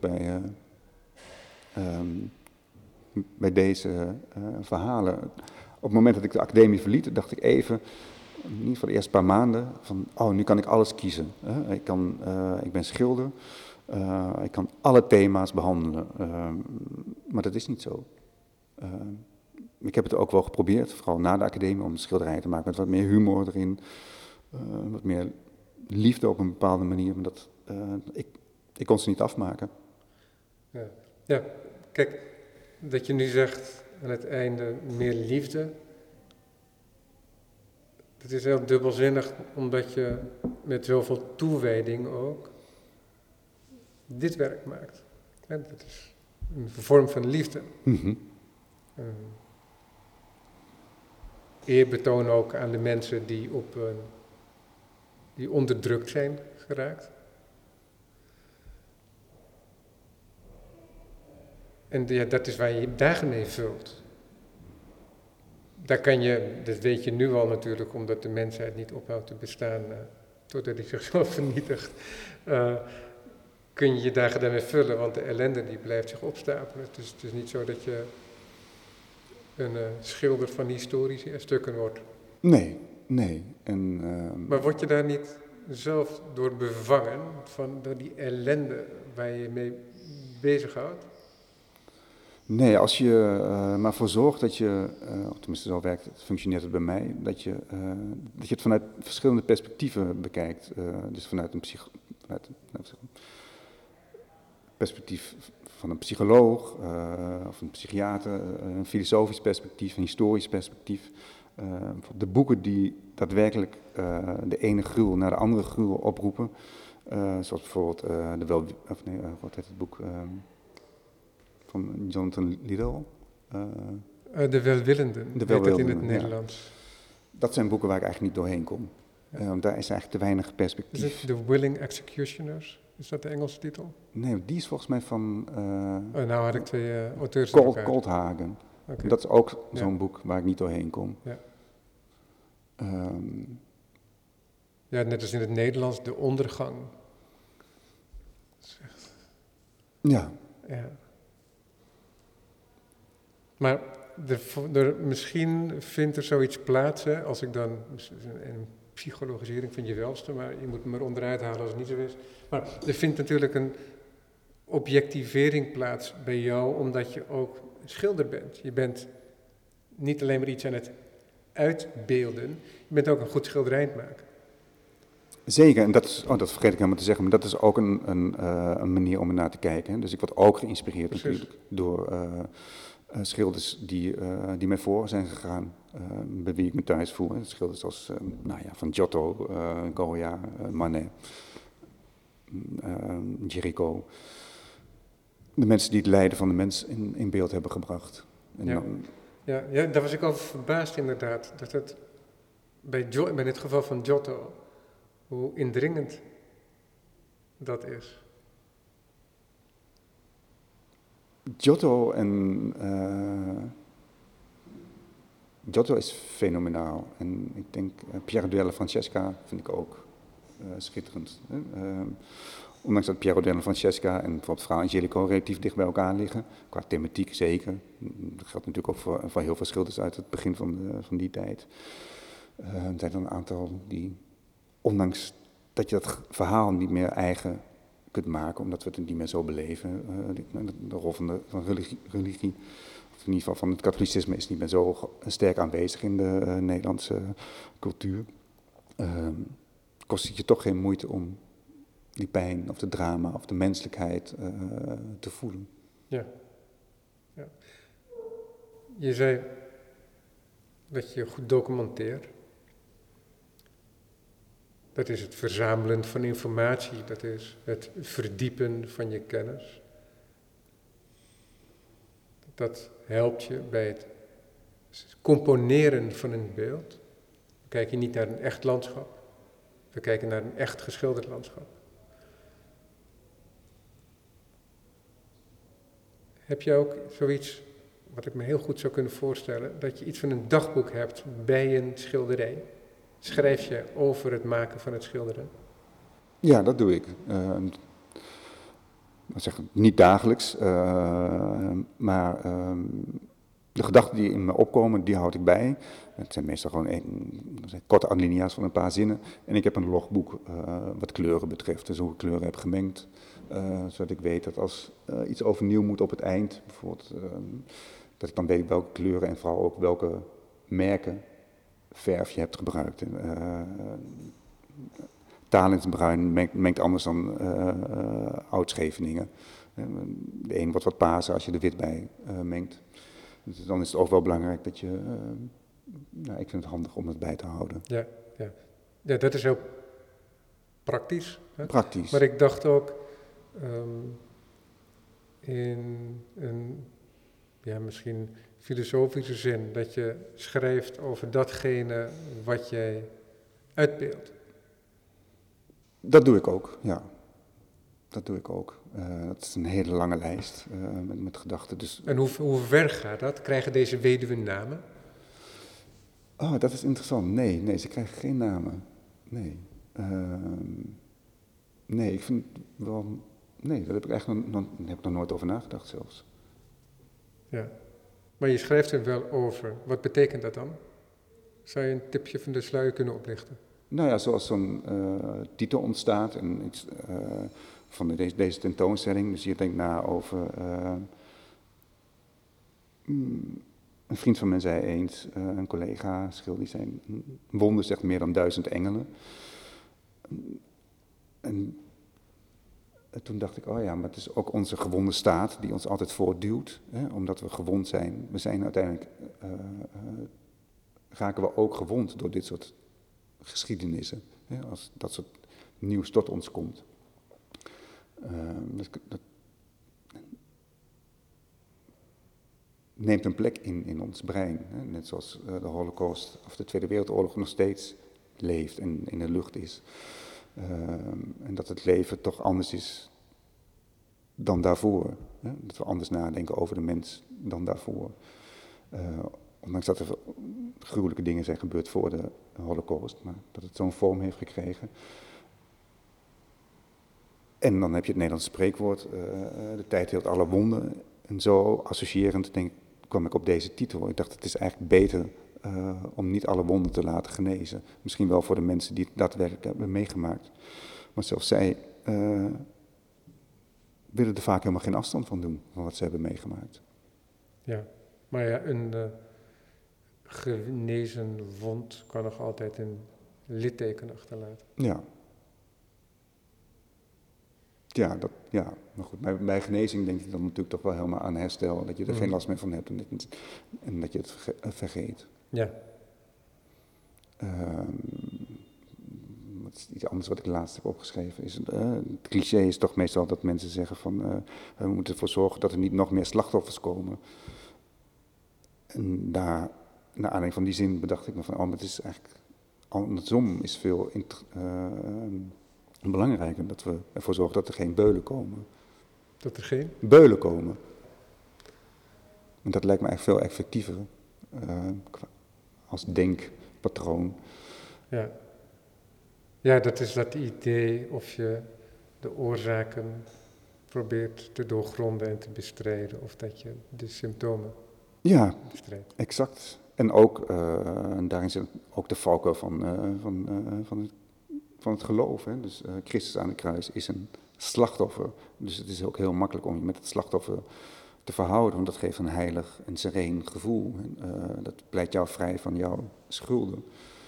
bij deze verhalen. Op het moment dat ik de academie verliet, dacht ik even, in ieder geval de eerste paar maanden, van nu kan ik alles kiezen. Ik ben schilder, ik kan alle thema's behandelen. Maar dat is niet zo. Ik heb het ook wel geprobeerd, vooral na de academie, om schilderijen te maken met wat meer humor erin. Wat meer liefde op een bepaalde manier, maar ik kon ze niet afmaken. Ja, kijk, dat je nu zegt aan het einde meer liefde. Het is heel dubbelzinnig, omdat je met zoveel toewijding ook dit werk maakt. En dat is een vorm van liefde. Mm-hmm. Eerbetoon ook aan de mensen die onderdrukt zijn geraakt. En dat is waar je je dagen mee vult. Dat weet je nu al natuurlijk, omdat de mensheid niet ophoudt te bestaan totdat hij zichzelf vernietigt. Kun je je dagen daarmee vullen, want de ellende die blijft zich opstapelen. Dus het is niet zo dat je een schilder van historische stukken wordt. Nee. Maar word je daar niet zelf door bevangen, door die ellende waar je je mee bezighoudt? Nee, als je maar voor zorgt dat je, of tenminste zo werkt het, functioneert het bij mij, dat je het vanuit verschillende perspectieven bekijkt. Dus vanuit een perspectief van een psycholoog of een psychiater, een filosofisch perspectief, een historisch perspectief. De boeken die daadwerkelijk de ene gruwel naar de andere gruwel oproepen, zoals bijvoorbeeld wat heet het boek? Van Jonathan Liddell. De Welwillenden, heet het in het Nederlands. Ja. Dat zijn boeken waar ik eigenlijk niet doorheen kom. Daar is eigenlijk te weinig perspectief. Is het The Willing Executioners? Is dat de Engelse titel? Nee, die is volgens mij van... nou had ik twee auteurs Coldhagen. Okay. Dat is ook zo'n boek waar ik niet doorheen kom. Ja. Net als in het Nederlands, De Ondergang. Ja. Ja. Maar misschien vindt er zoiets plaats, hè, als ik dan, een psychologisering vind je welste, maar je moet me er onderuit halen als het niet zo is. Maar er vindt natuurlijk een objectivering plaats bij jou, omdat je ook schilder bent. Je bent niet alleen maar iets aan het uitbeelden, je bent ook een goed schilderij aan het maken. Zeker, en dat vergeet ik helemaal te zeggen, maar dat is ook een manier om er naar te kijken. Hè. Dus ik word ook geïnspireerd natuurlijk door schilders die mij voor zijn gegaan, bij wie ik me thuis voel. Hè. Schilders als van Giotto, Goya, Manet, Géricault. De mensen die het lijden van de mens in beeld hebben gebracht. En ja, daar was ik over verbaasd inderdaad, dat het bij dit geval van Giotto, hoe indringend dat is. Giotto is fenomenaal. En ik denk, Piero della Francesca vind ik ook schitterend. Ondanks dat Piero della Francesca en bijvoorbeeld Fra Angelico relatief dicht bij elkaar liggen. Qua thematiek zeker. Dat geldt natuurlijk ook voor heel veel schilders uit het begin van die tijd. Er zijn er een aantal die, ondanks dat je dat verhaal niet meer eigen kunt maken, omdat we het niet meer zo beleven. De rol van religie, of in ieder geval van het katholicisme, is niet meer zo sterk aanwezig in de Nederlandse cultuur. Kost het je toch geen moeite om die pijn of de drama of de menselijkheid te voelen. Ja. Je zei dat je goed documenteert. Dat is het verzamelen van informatie, dat is het verdiepen van je kennis. Dat helpt je bij het componeren van een beeld. We kijken niet naar een echt landschap, we kijken naar een echt geschilderd landschap. Heb je ook zoiets, wat ik me heel goed zou kunnen voorstellen, dat je iets van een dagboek hebt bij een schilderij? Schrijf je over het maken van het schilderen? Ja, dat doe ik. Niet dagelijks, maar de gedachten die in me opkomen, die houd ik bij. Het zijn meestal gewoon korte alinea's van een paar zinnen. En ik heb een logboek wat kleuren betreft, dus hoe ik kleuren heb gemengd. Zodat ik weet dat als iets overnieuw moet op het eind, bijvoorbeeld, dat ik dan weet welke kleuren en vooral ook welke merken verf je hebt gebruikt. Talensbruin mengt anders dan Oud-Scheveningen. De een wordt wat paarser als je er wit bij mengt. Dus dan is het ook wel belangrijk dat je... ik vind het handig om het bij te houden. Ja, dat is heel praktisch. Hè? Praktisch. Maar ik dacht ook in een misschien filosofische zin, dat je schrijft over datgene wat jij uitbeeldt. Dat doe ik ook, ja. Dat doe ik ook. Dat is een hele lange lijst met gedachten. Dus... En hoe ver gaat dat? Krijgen deze weduwen namen? Oh, dat is interessant. Nee, ze krijgen geen namen. Nee. Nee, ik vind wel... Nee, daar heb ik eigenlijk nog nooit over nagedacht zelfs. Ja, maar je schrijft er wel over. Wat betekent dat dan? Zou je een tipje van de sluier kunnen oplichten? Nou ja, zoals zo'n titel ontstaat en iets van deze tentoonstelling. Dus je denkt na over... een vriend van mij zei eens, een collega, schilder, die zei... Wonder zegt meer dan 1000 engelen. En toen dacht ik, maar het is ook onze gewonde staat die ons altijd voortduwt. Hè, omdat we gewond zijn. We zijn uiteindelijk... raken we ook gewond door dit soort geschiedenissen. Hè, als dat soort nieuws tot ons komt. Dat neemt een plek in ons brein. Hè, net zoals de Holocaust of de Tweede Wereldoorlog nog steeds leeft en in de lucht is. En dat het leven toch anders is dan daarvoor. Hè? Dat we anders nadenken over de mens dan daarvoor. Ondanks dat er gruwelijke dingen zijn gebeurd voor de Holocaust, maar dat het zo'n vorm heeft gekregen. En dan heb je het Nederlandse spreekwoord, de tijd heelt alle wonden. En zo associërend kwam ik op deze titel. Ik dacht, het is eigenlijk beter om niet alle wonden te laten genezen. Misschien wel voor de mensen die het daadwerkelijk hebben meegemaakt. Maar zelfs zij willen er vaak helemaal geen afstand van doen, van wat ze hebben meegemaakt. Ja, maar ja, een genezen wond kan nog altijd een litteken achterlaten. Ja. Ja, maar goed, bij genezing denk je dan natuurlijk toch wel helemaal aan herstel. Dat je er geen last meer van hebt en dat je het vergeet. Ja. Wat is iets anders wat ik laatst heb opgeschreven? Het cliché is toch meestal dat mensen zeggen van we moeten ervoor zorgen dat er niet nog meer slachtoffers komen. En daar, naar aanleiding van die zin bedacht ik me van, maar het is eigenlijk andersom is veel belangrijker dat we ervoor zorgen dat er geen beulen komen. Dat er geen? Beulen komen. En dat lijkt me eigenlijk veel effectiever als denkpatroon. Ja. Ja, dat is dat idee of je de oorzaken probeert te doorgronden en te bestrijden, of dat je de symptomen bestrijdt. Exact. En ook, daarin zit ook de valkuil van het geloof. Hè? Dus Christus aan het kruis is een slachtoffer. Dus het is ook heel makkelijk om je met het slachtoffer te verhouden, want dat geeft een heilig en sereen gevoel. Dat pleit jou vrij van jouw schulden.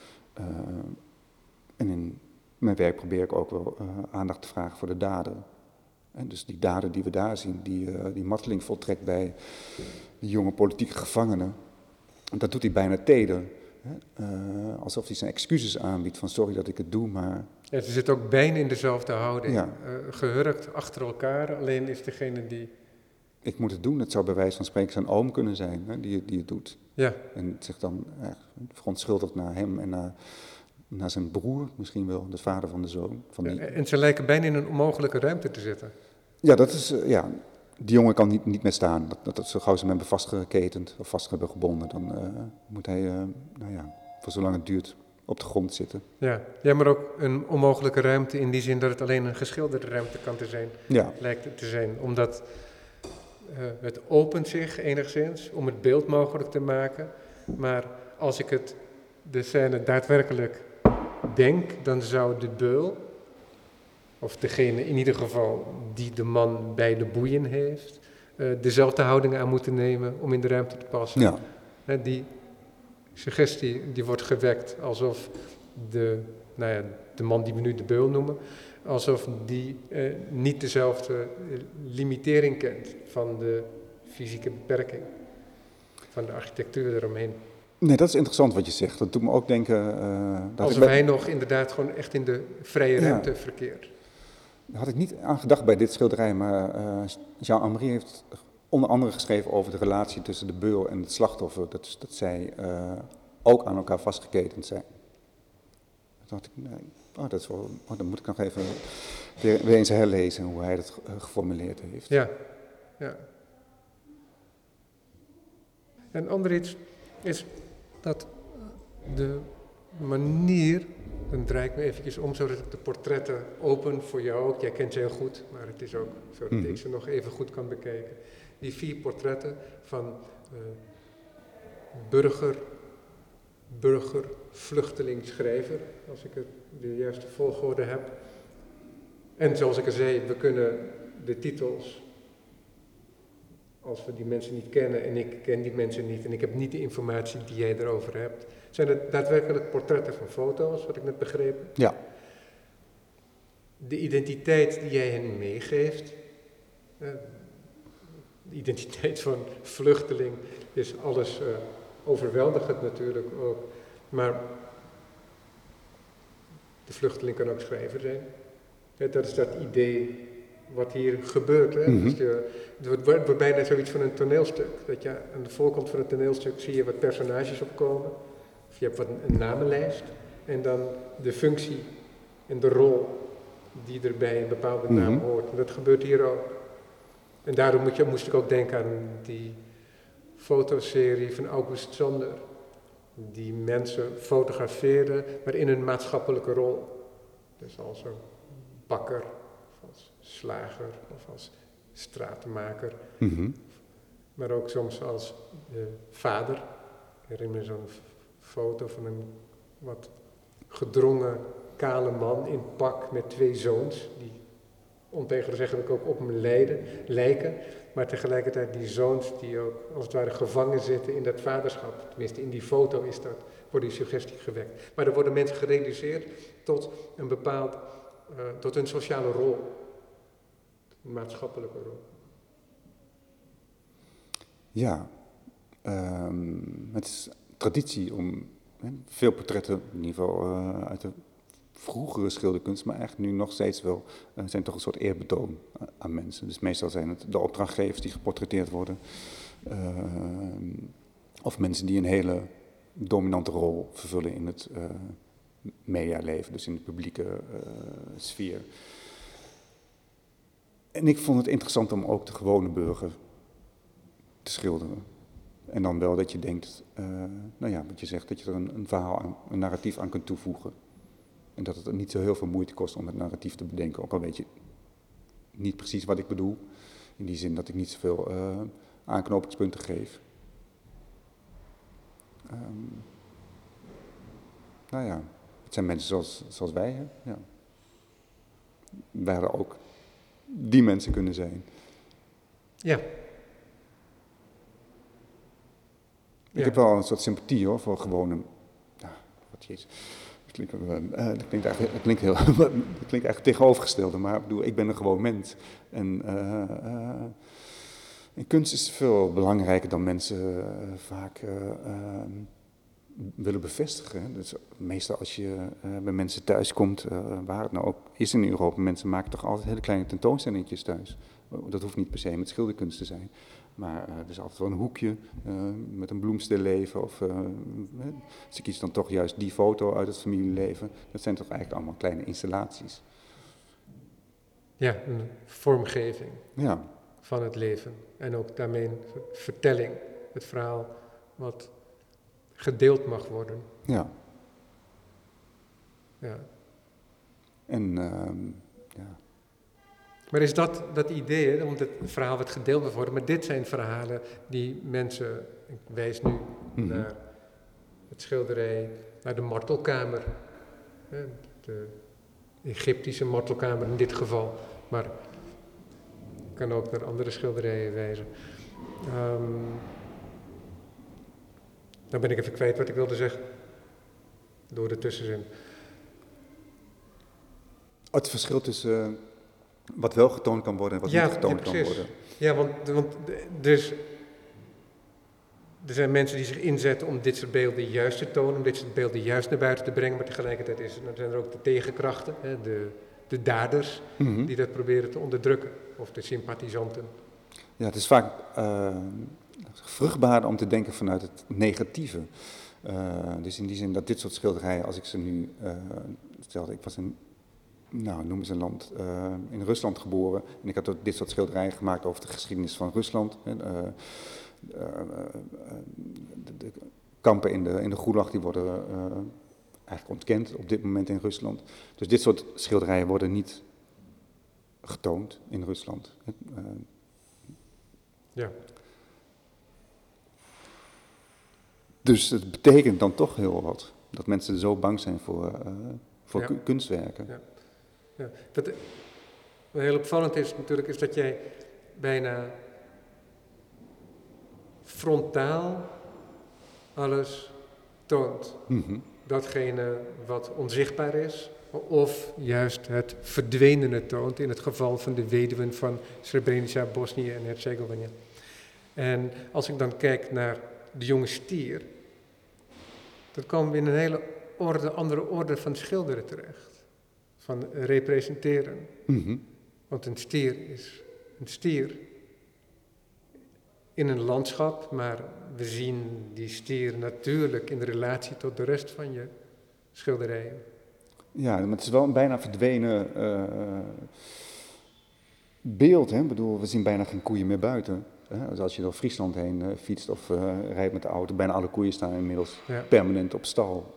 En in mijn werk probeer ik ook wel aandacht te vragen voor de dader. En dus die dader die we daar zien, die marteling voltrekt bij die jonge politieke gevangenen, dat doet hij bijna teder. Alsof hij zijn excuses aanbiedt van sorry dat ik het doe, maar... Ja, ze zitten ook bijna in dezelfde houding, Ja. Gehurkt achter elkaar, alleen is degene die... Ik moet het doen, het zou bij wijze van spreken zijn oom kunnen zijn, hè, die het doet. Ja. En zich dan verontschuldigt naar hem en naar zijn broer, misschien wel, de vader van de zoon. En ze lijken bijna in een onmogelijke ruimte te zitten. Ja, dat is, die jongen kan niet meer staan. Dat zo gauw ze hem hebben vastgeketend of vast hebben gebonden, dan moet hij, voor zolang het duurt, op de grond zitten. Ja, maar ook een onmogelijke ruimte in die zin dat het alleen een geschilderde ruimte kan te zijn, lijkt het te zijn. Omdat het opent zich enigszins om het beeld mogelijk te maken, maar als ik de scène daadwerkelijk denk, dan zou de beul, of degene in ieder geval die de man bij de boeien heeft, dezelfde houding aan moeten nemen om in de ruimte te passen. Ja. Die suggestie die wordt gewekt alsof de man die we nu de beul noemen, alsof die niet dezelfde limitering kent van de fysieke beperking, van de architectuur eromheen. Nee, dat is interessant wat je zegt. Dat doet me ook denken... alsof hij nog inderdaad gewoon echt in de vrije ruimte verkeert. Daar had ik niet aan gedacht bij dit schilderij, maar Jean Amery heeft onder andere geschreven over de relatie tussen de beul en het slachtoffer. Dat zij ook aan elkaar vastgeketend zijn. Toen dacht ik, dat is wel, dan moet ik nog even weer eens herlezen hoe hij dat geformuleerd heeft. Ja. En ander iets is dat de manier, dan draai ik me eventjes om zodat ik de portretten open voor jou ook. Jij kent ze heel goed, maar het is ook zodat ik ze nog even goed kan bekijken. Die 4 portretten van burger, vluchteling, schrijver, als ik de juiste volgorde heb. En zoals ik al zei, we kunnen de titels, als we die mensen niet kennen en ik ken die mensen niet en ik heb niet de informatie die jij erover hebt. Zijn het daadwerkelijk portretten van foto's, wat ik net begreep? Ja. De identiteit die jij hen meegeeft, de identiteit van vluchteling is alles overweldigend natuurlijk ook. Maar de vluchteling kan ook schrijver zijn. Dat is dat idee wat hier gebeurt. Hè? Mm-hmm. Dus het wordt bijna zoiets van een toneelstuk. Dat je aan de voorkant van het toneelstuk zie je wat personages opkomen. Of je hebt een namenlijst. En dan de functie en de rol die er bij een bepaalde naam hoort. En dat gebeurt hier ook. En daarom moest ik ook denken aan die fotoserie van August Sander. Die mensen fotografeerde, maar in een maatschappelijke rol. Dus als een bakker, als slager of als stratenmaker. Mhm. Maar ook soms als vader. Ik herinner me zo'n foto van een wat gedrongen, kale man in pak met 2 zoons. Die ontegenzeggelijk ook op hem lijken. Maar tegelijkertijd die zoons die ook als het ware gevangen zitten in dat vaderschap. Tenminste, in die foto wordt die suggestie gewekt. Maar er worden mensen gereduceerd tot een bepaald, tot een sociale rol. Een maatschappelijke rol. Ja, het is traditie om veel portretten, in ieder geval uit de vroegere schilderkunst, maar eigenlijk nu nog steeds wel, zijn toch een soort eerbetoon aan mensen. Dus meestal zijn het de opdrachtgevers die geportretteerd worden, of mensen die een hele dominante rol vervullen in het medialeven, dus in de publieke sfeer. En ik vond het interessant om ook de gewone burger te schilderen. En dan wel dat je denkt, wat je zegt, dat je er een verhaal, een narratief aan kunt toevoegen. En dat het niet zo heel veel moeite kost om het narratief te bedenken. Ook al weet je niet precies wat ik bedoel. In die zin dat ik niet zoveel aanknopingspunten geef. Het zijn mensen zoals wij. Hè? Ja. Wij hadden ook die mensen kunnen zijn. Ja. Ik heb wel een soort sympathie hoor, voor gewone. Dat klinkt eigenlijk tegenovergestelde, maar ik ben een gewoon mens. En kunst is veel belangrijker dan mensen vaak willen bevestigen. Hè. Dus meestal als je bij mensen thuis komt, waar het nou ook is in Europa, mensen maken toch altijd hele kleine tentoonstellingetjes thuis. Dat hoeft niet per se met schilderkunst te zijn. Maar er is altijd wel een hoekje met een bloemstilleven. Of ze kiezen dan toch juist die foto uit het familieleven. Dat zijn toch eigenlijk allemaal kleine installaties. Ja, een vormgeving van het leven. En ook daarmee een vertelling. Het verhaal wat gedeeld mag worden. Ja. Ja. En Maar is dat idee, hè, omdat het verhaal wat gedeeld moet worden, maar dit zijn verhalen die mensen, ik wijs nu naar het schilderij, naar de martelkamer, hè, de Egyptische martelkamer in dit geval, maar ik kan ook naar andere schilderijen wijzen. Dan ben ik even kwijt wat ik wilde zeggen, door de tussenzin. Het verschil tussen wat wel getoond kan worden en wat niet getoond kan worden. Ja, want dus er zijn mensen die zich inzetten om dit soort beelden juist te tonen, om dit soort beelden juist naar buiten te brengen, maar tegelijkertijd zijn er ook de tegenkrachten, hè, de daders, die dat proberen te onderdrukken, of de sympathisanten. Ja, het is vaak vruchtbaarder om te denken vanuit het negatieve. Dus in die zin dat dit soort schilderijen, als ik ze nu stelde, ik was noem eens een land, in Rusland geboren. En ik had ook dit soort schilderijen gemaakt over de geschiedenis van Rusland. De kampen in de Gulag die worden eigenlijk ontkend op dit moment in Rusland. Dus dit soort schilderijen worden niet getoond in Rusland. Ja. Dus het betekent dan toch heel wat. Dat mensen zo bang zijn voor kunstwerken. Ja. Ja. Wat heel opvallend is natuurlijk, is dat jij bijna frontaal alles toont. Datgene wat onzichtbaar is, of juist het verdwenene toont, in het geval van de weduwen van Srebrenica, Bosnië en Herzegovina. En als ik dan kijk naar de jonge stier, dan komen we in een hele andere orde van schilderen terecht. Van representeren. Want een stier is een stier in een landschap, maar we zien die stier natuurlijk in relatie tot de rest van je schilderijen. Ja, maar het is wel een bijna verdwenen beeld. Hè? Ik bedoel, we zien bijna geen koeien meer buiten. Hè? Dus als je door Friesland heen fietst of rijdt met de auto, bijna alle koeien staan inmiddels permanent op stal.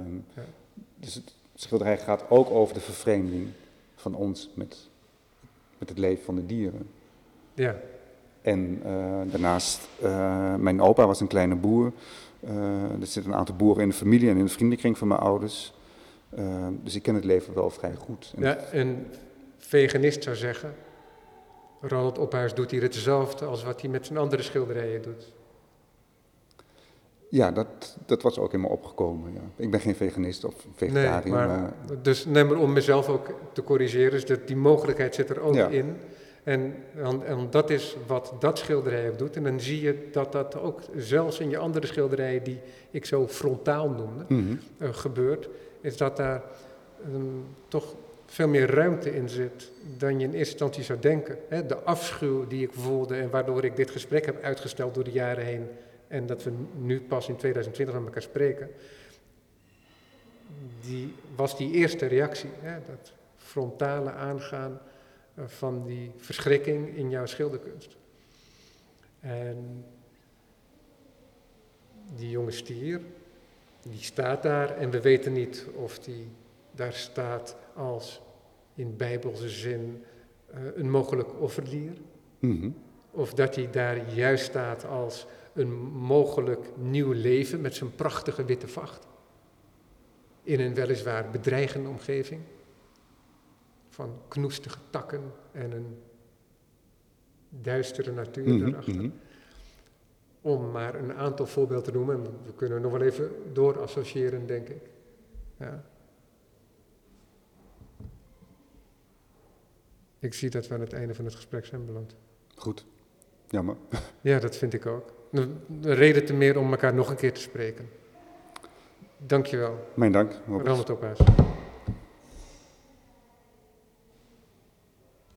Dus het schilderij gaat ook over de vervreemding van ons met met het leven van de dieren. Ja. En daarnaast, mijn opa was een kleine boer. Er zitten een aantal boeren in de familie en in de vriendenkring van mijn ouders. Dus ik ken het leven wel vrij goed. En Ja, een veganist zou zeggen, Ronald Ophuijs doet hier hetzelfde als wat hij met zijn andere schilderijen doet. ja, dat was ook in me opgekomen. Ja. Ik ben geen veganist of vegetariër. Maar om mezelf ook te corrigeren, dus die mogelijkheid zit er ook Ja. in. En dat is wat dat schilderij ook doet. En dan zie je dat dat ook zelfs in je andere schilderijen, die ik zo frontaal noemde, gebeurt. Is dat daar toch veel meer ruimte in zit dan je in eerste instantie zou denken. Hè, de afschuw die ik voelde en waardoor ik dit gesprek heb uitgesteld door de jaren heen. En dat we nu pas in 2020 met elkaar spreken. Was die eerste reactie. Hè, dat frontale aangaan van die verschrikking in jouw schilderkunst. En die jonge stier, die staat daar en we weten niet of die daar staat als in bijbelse zin een mogelijk offerdier. Of dat hij daar juist staat als een mogelijk nieuw leven met zijn prachtige witte vacht. In een weliswaar bedreigende omgeving. Van knoestige takken en een duistere natuur daarachter. Om maar een aantal voorbeelden te noemen. We kunnen nog wel even doorassociëren, denk ik. Ja. Ik zie dat we aan het einde van het gesprek zijn beland. Goed, jammer. Ja, dat vind ik ook. Een reden te meer om elkaar nog een keer te spreken. Dankjewel. Mijn dank, Robert. Ronald Ophuijs.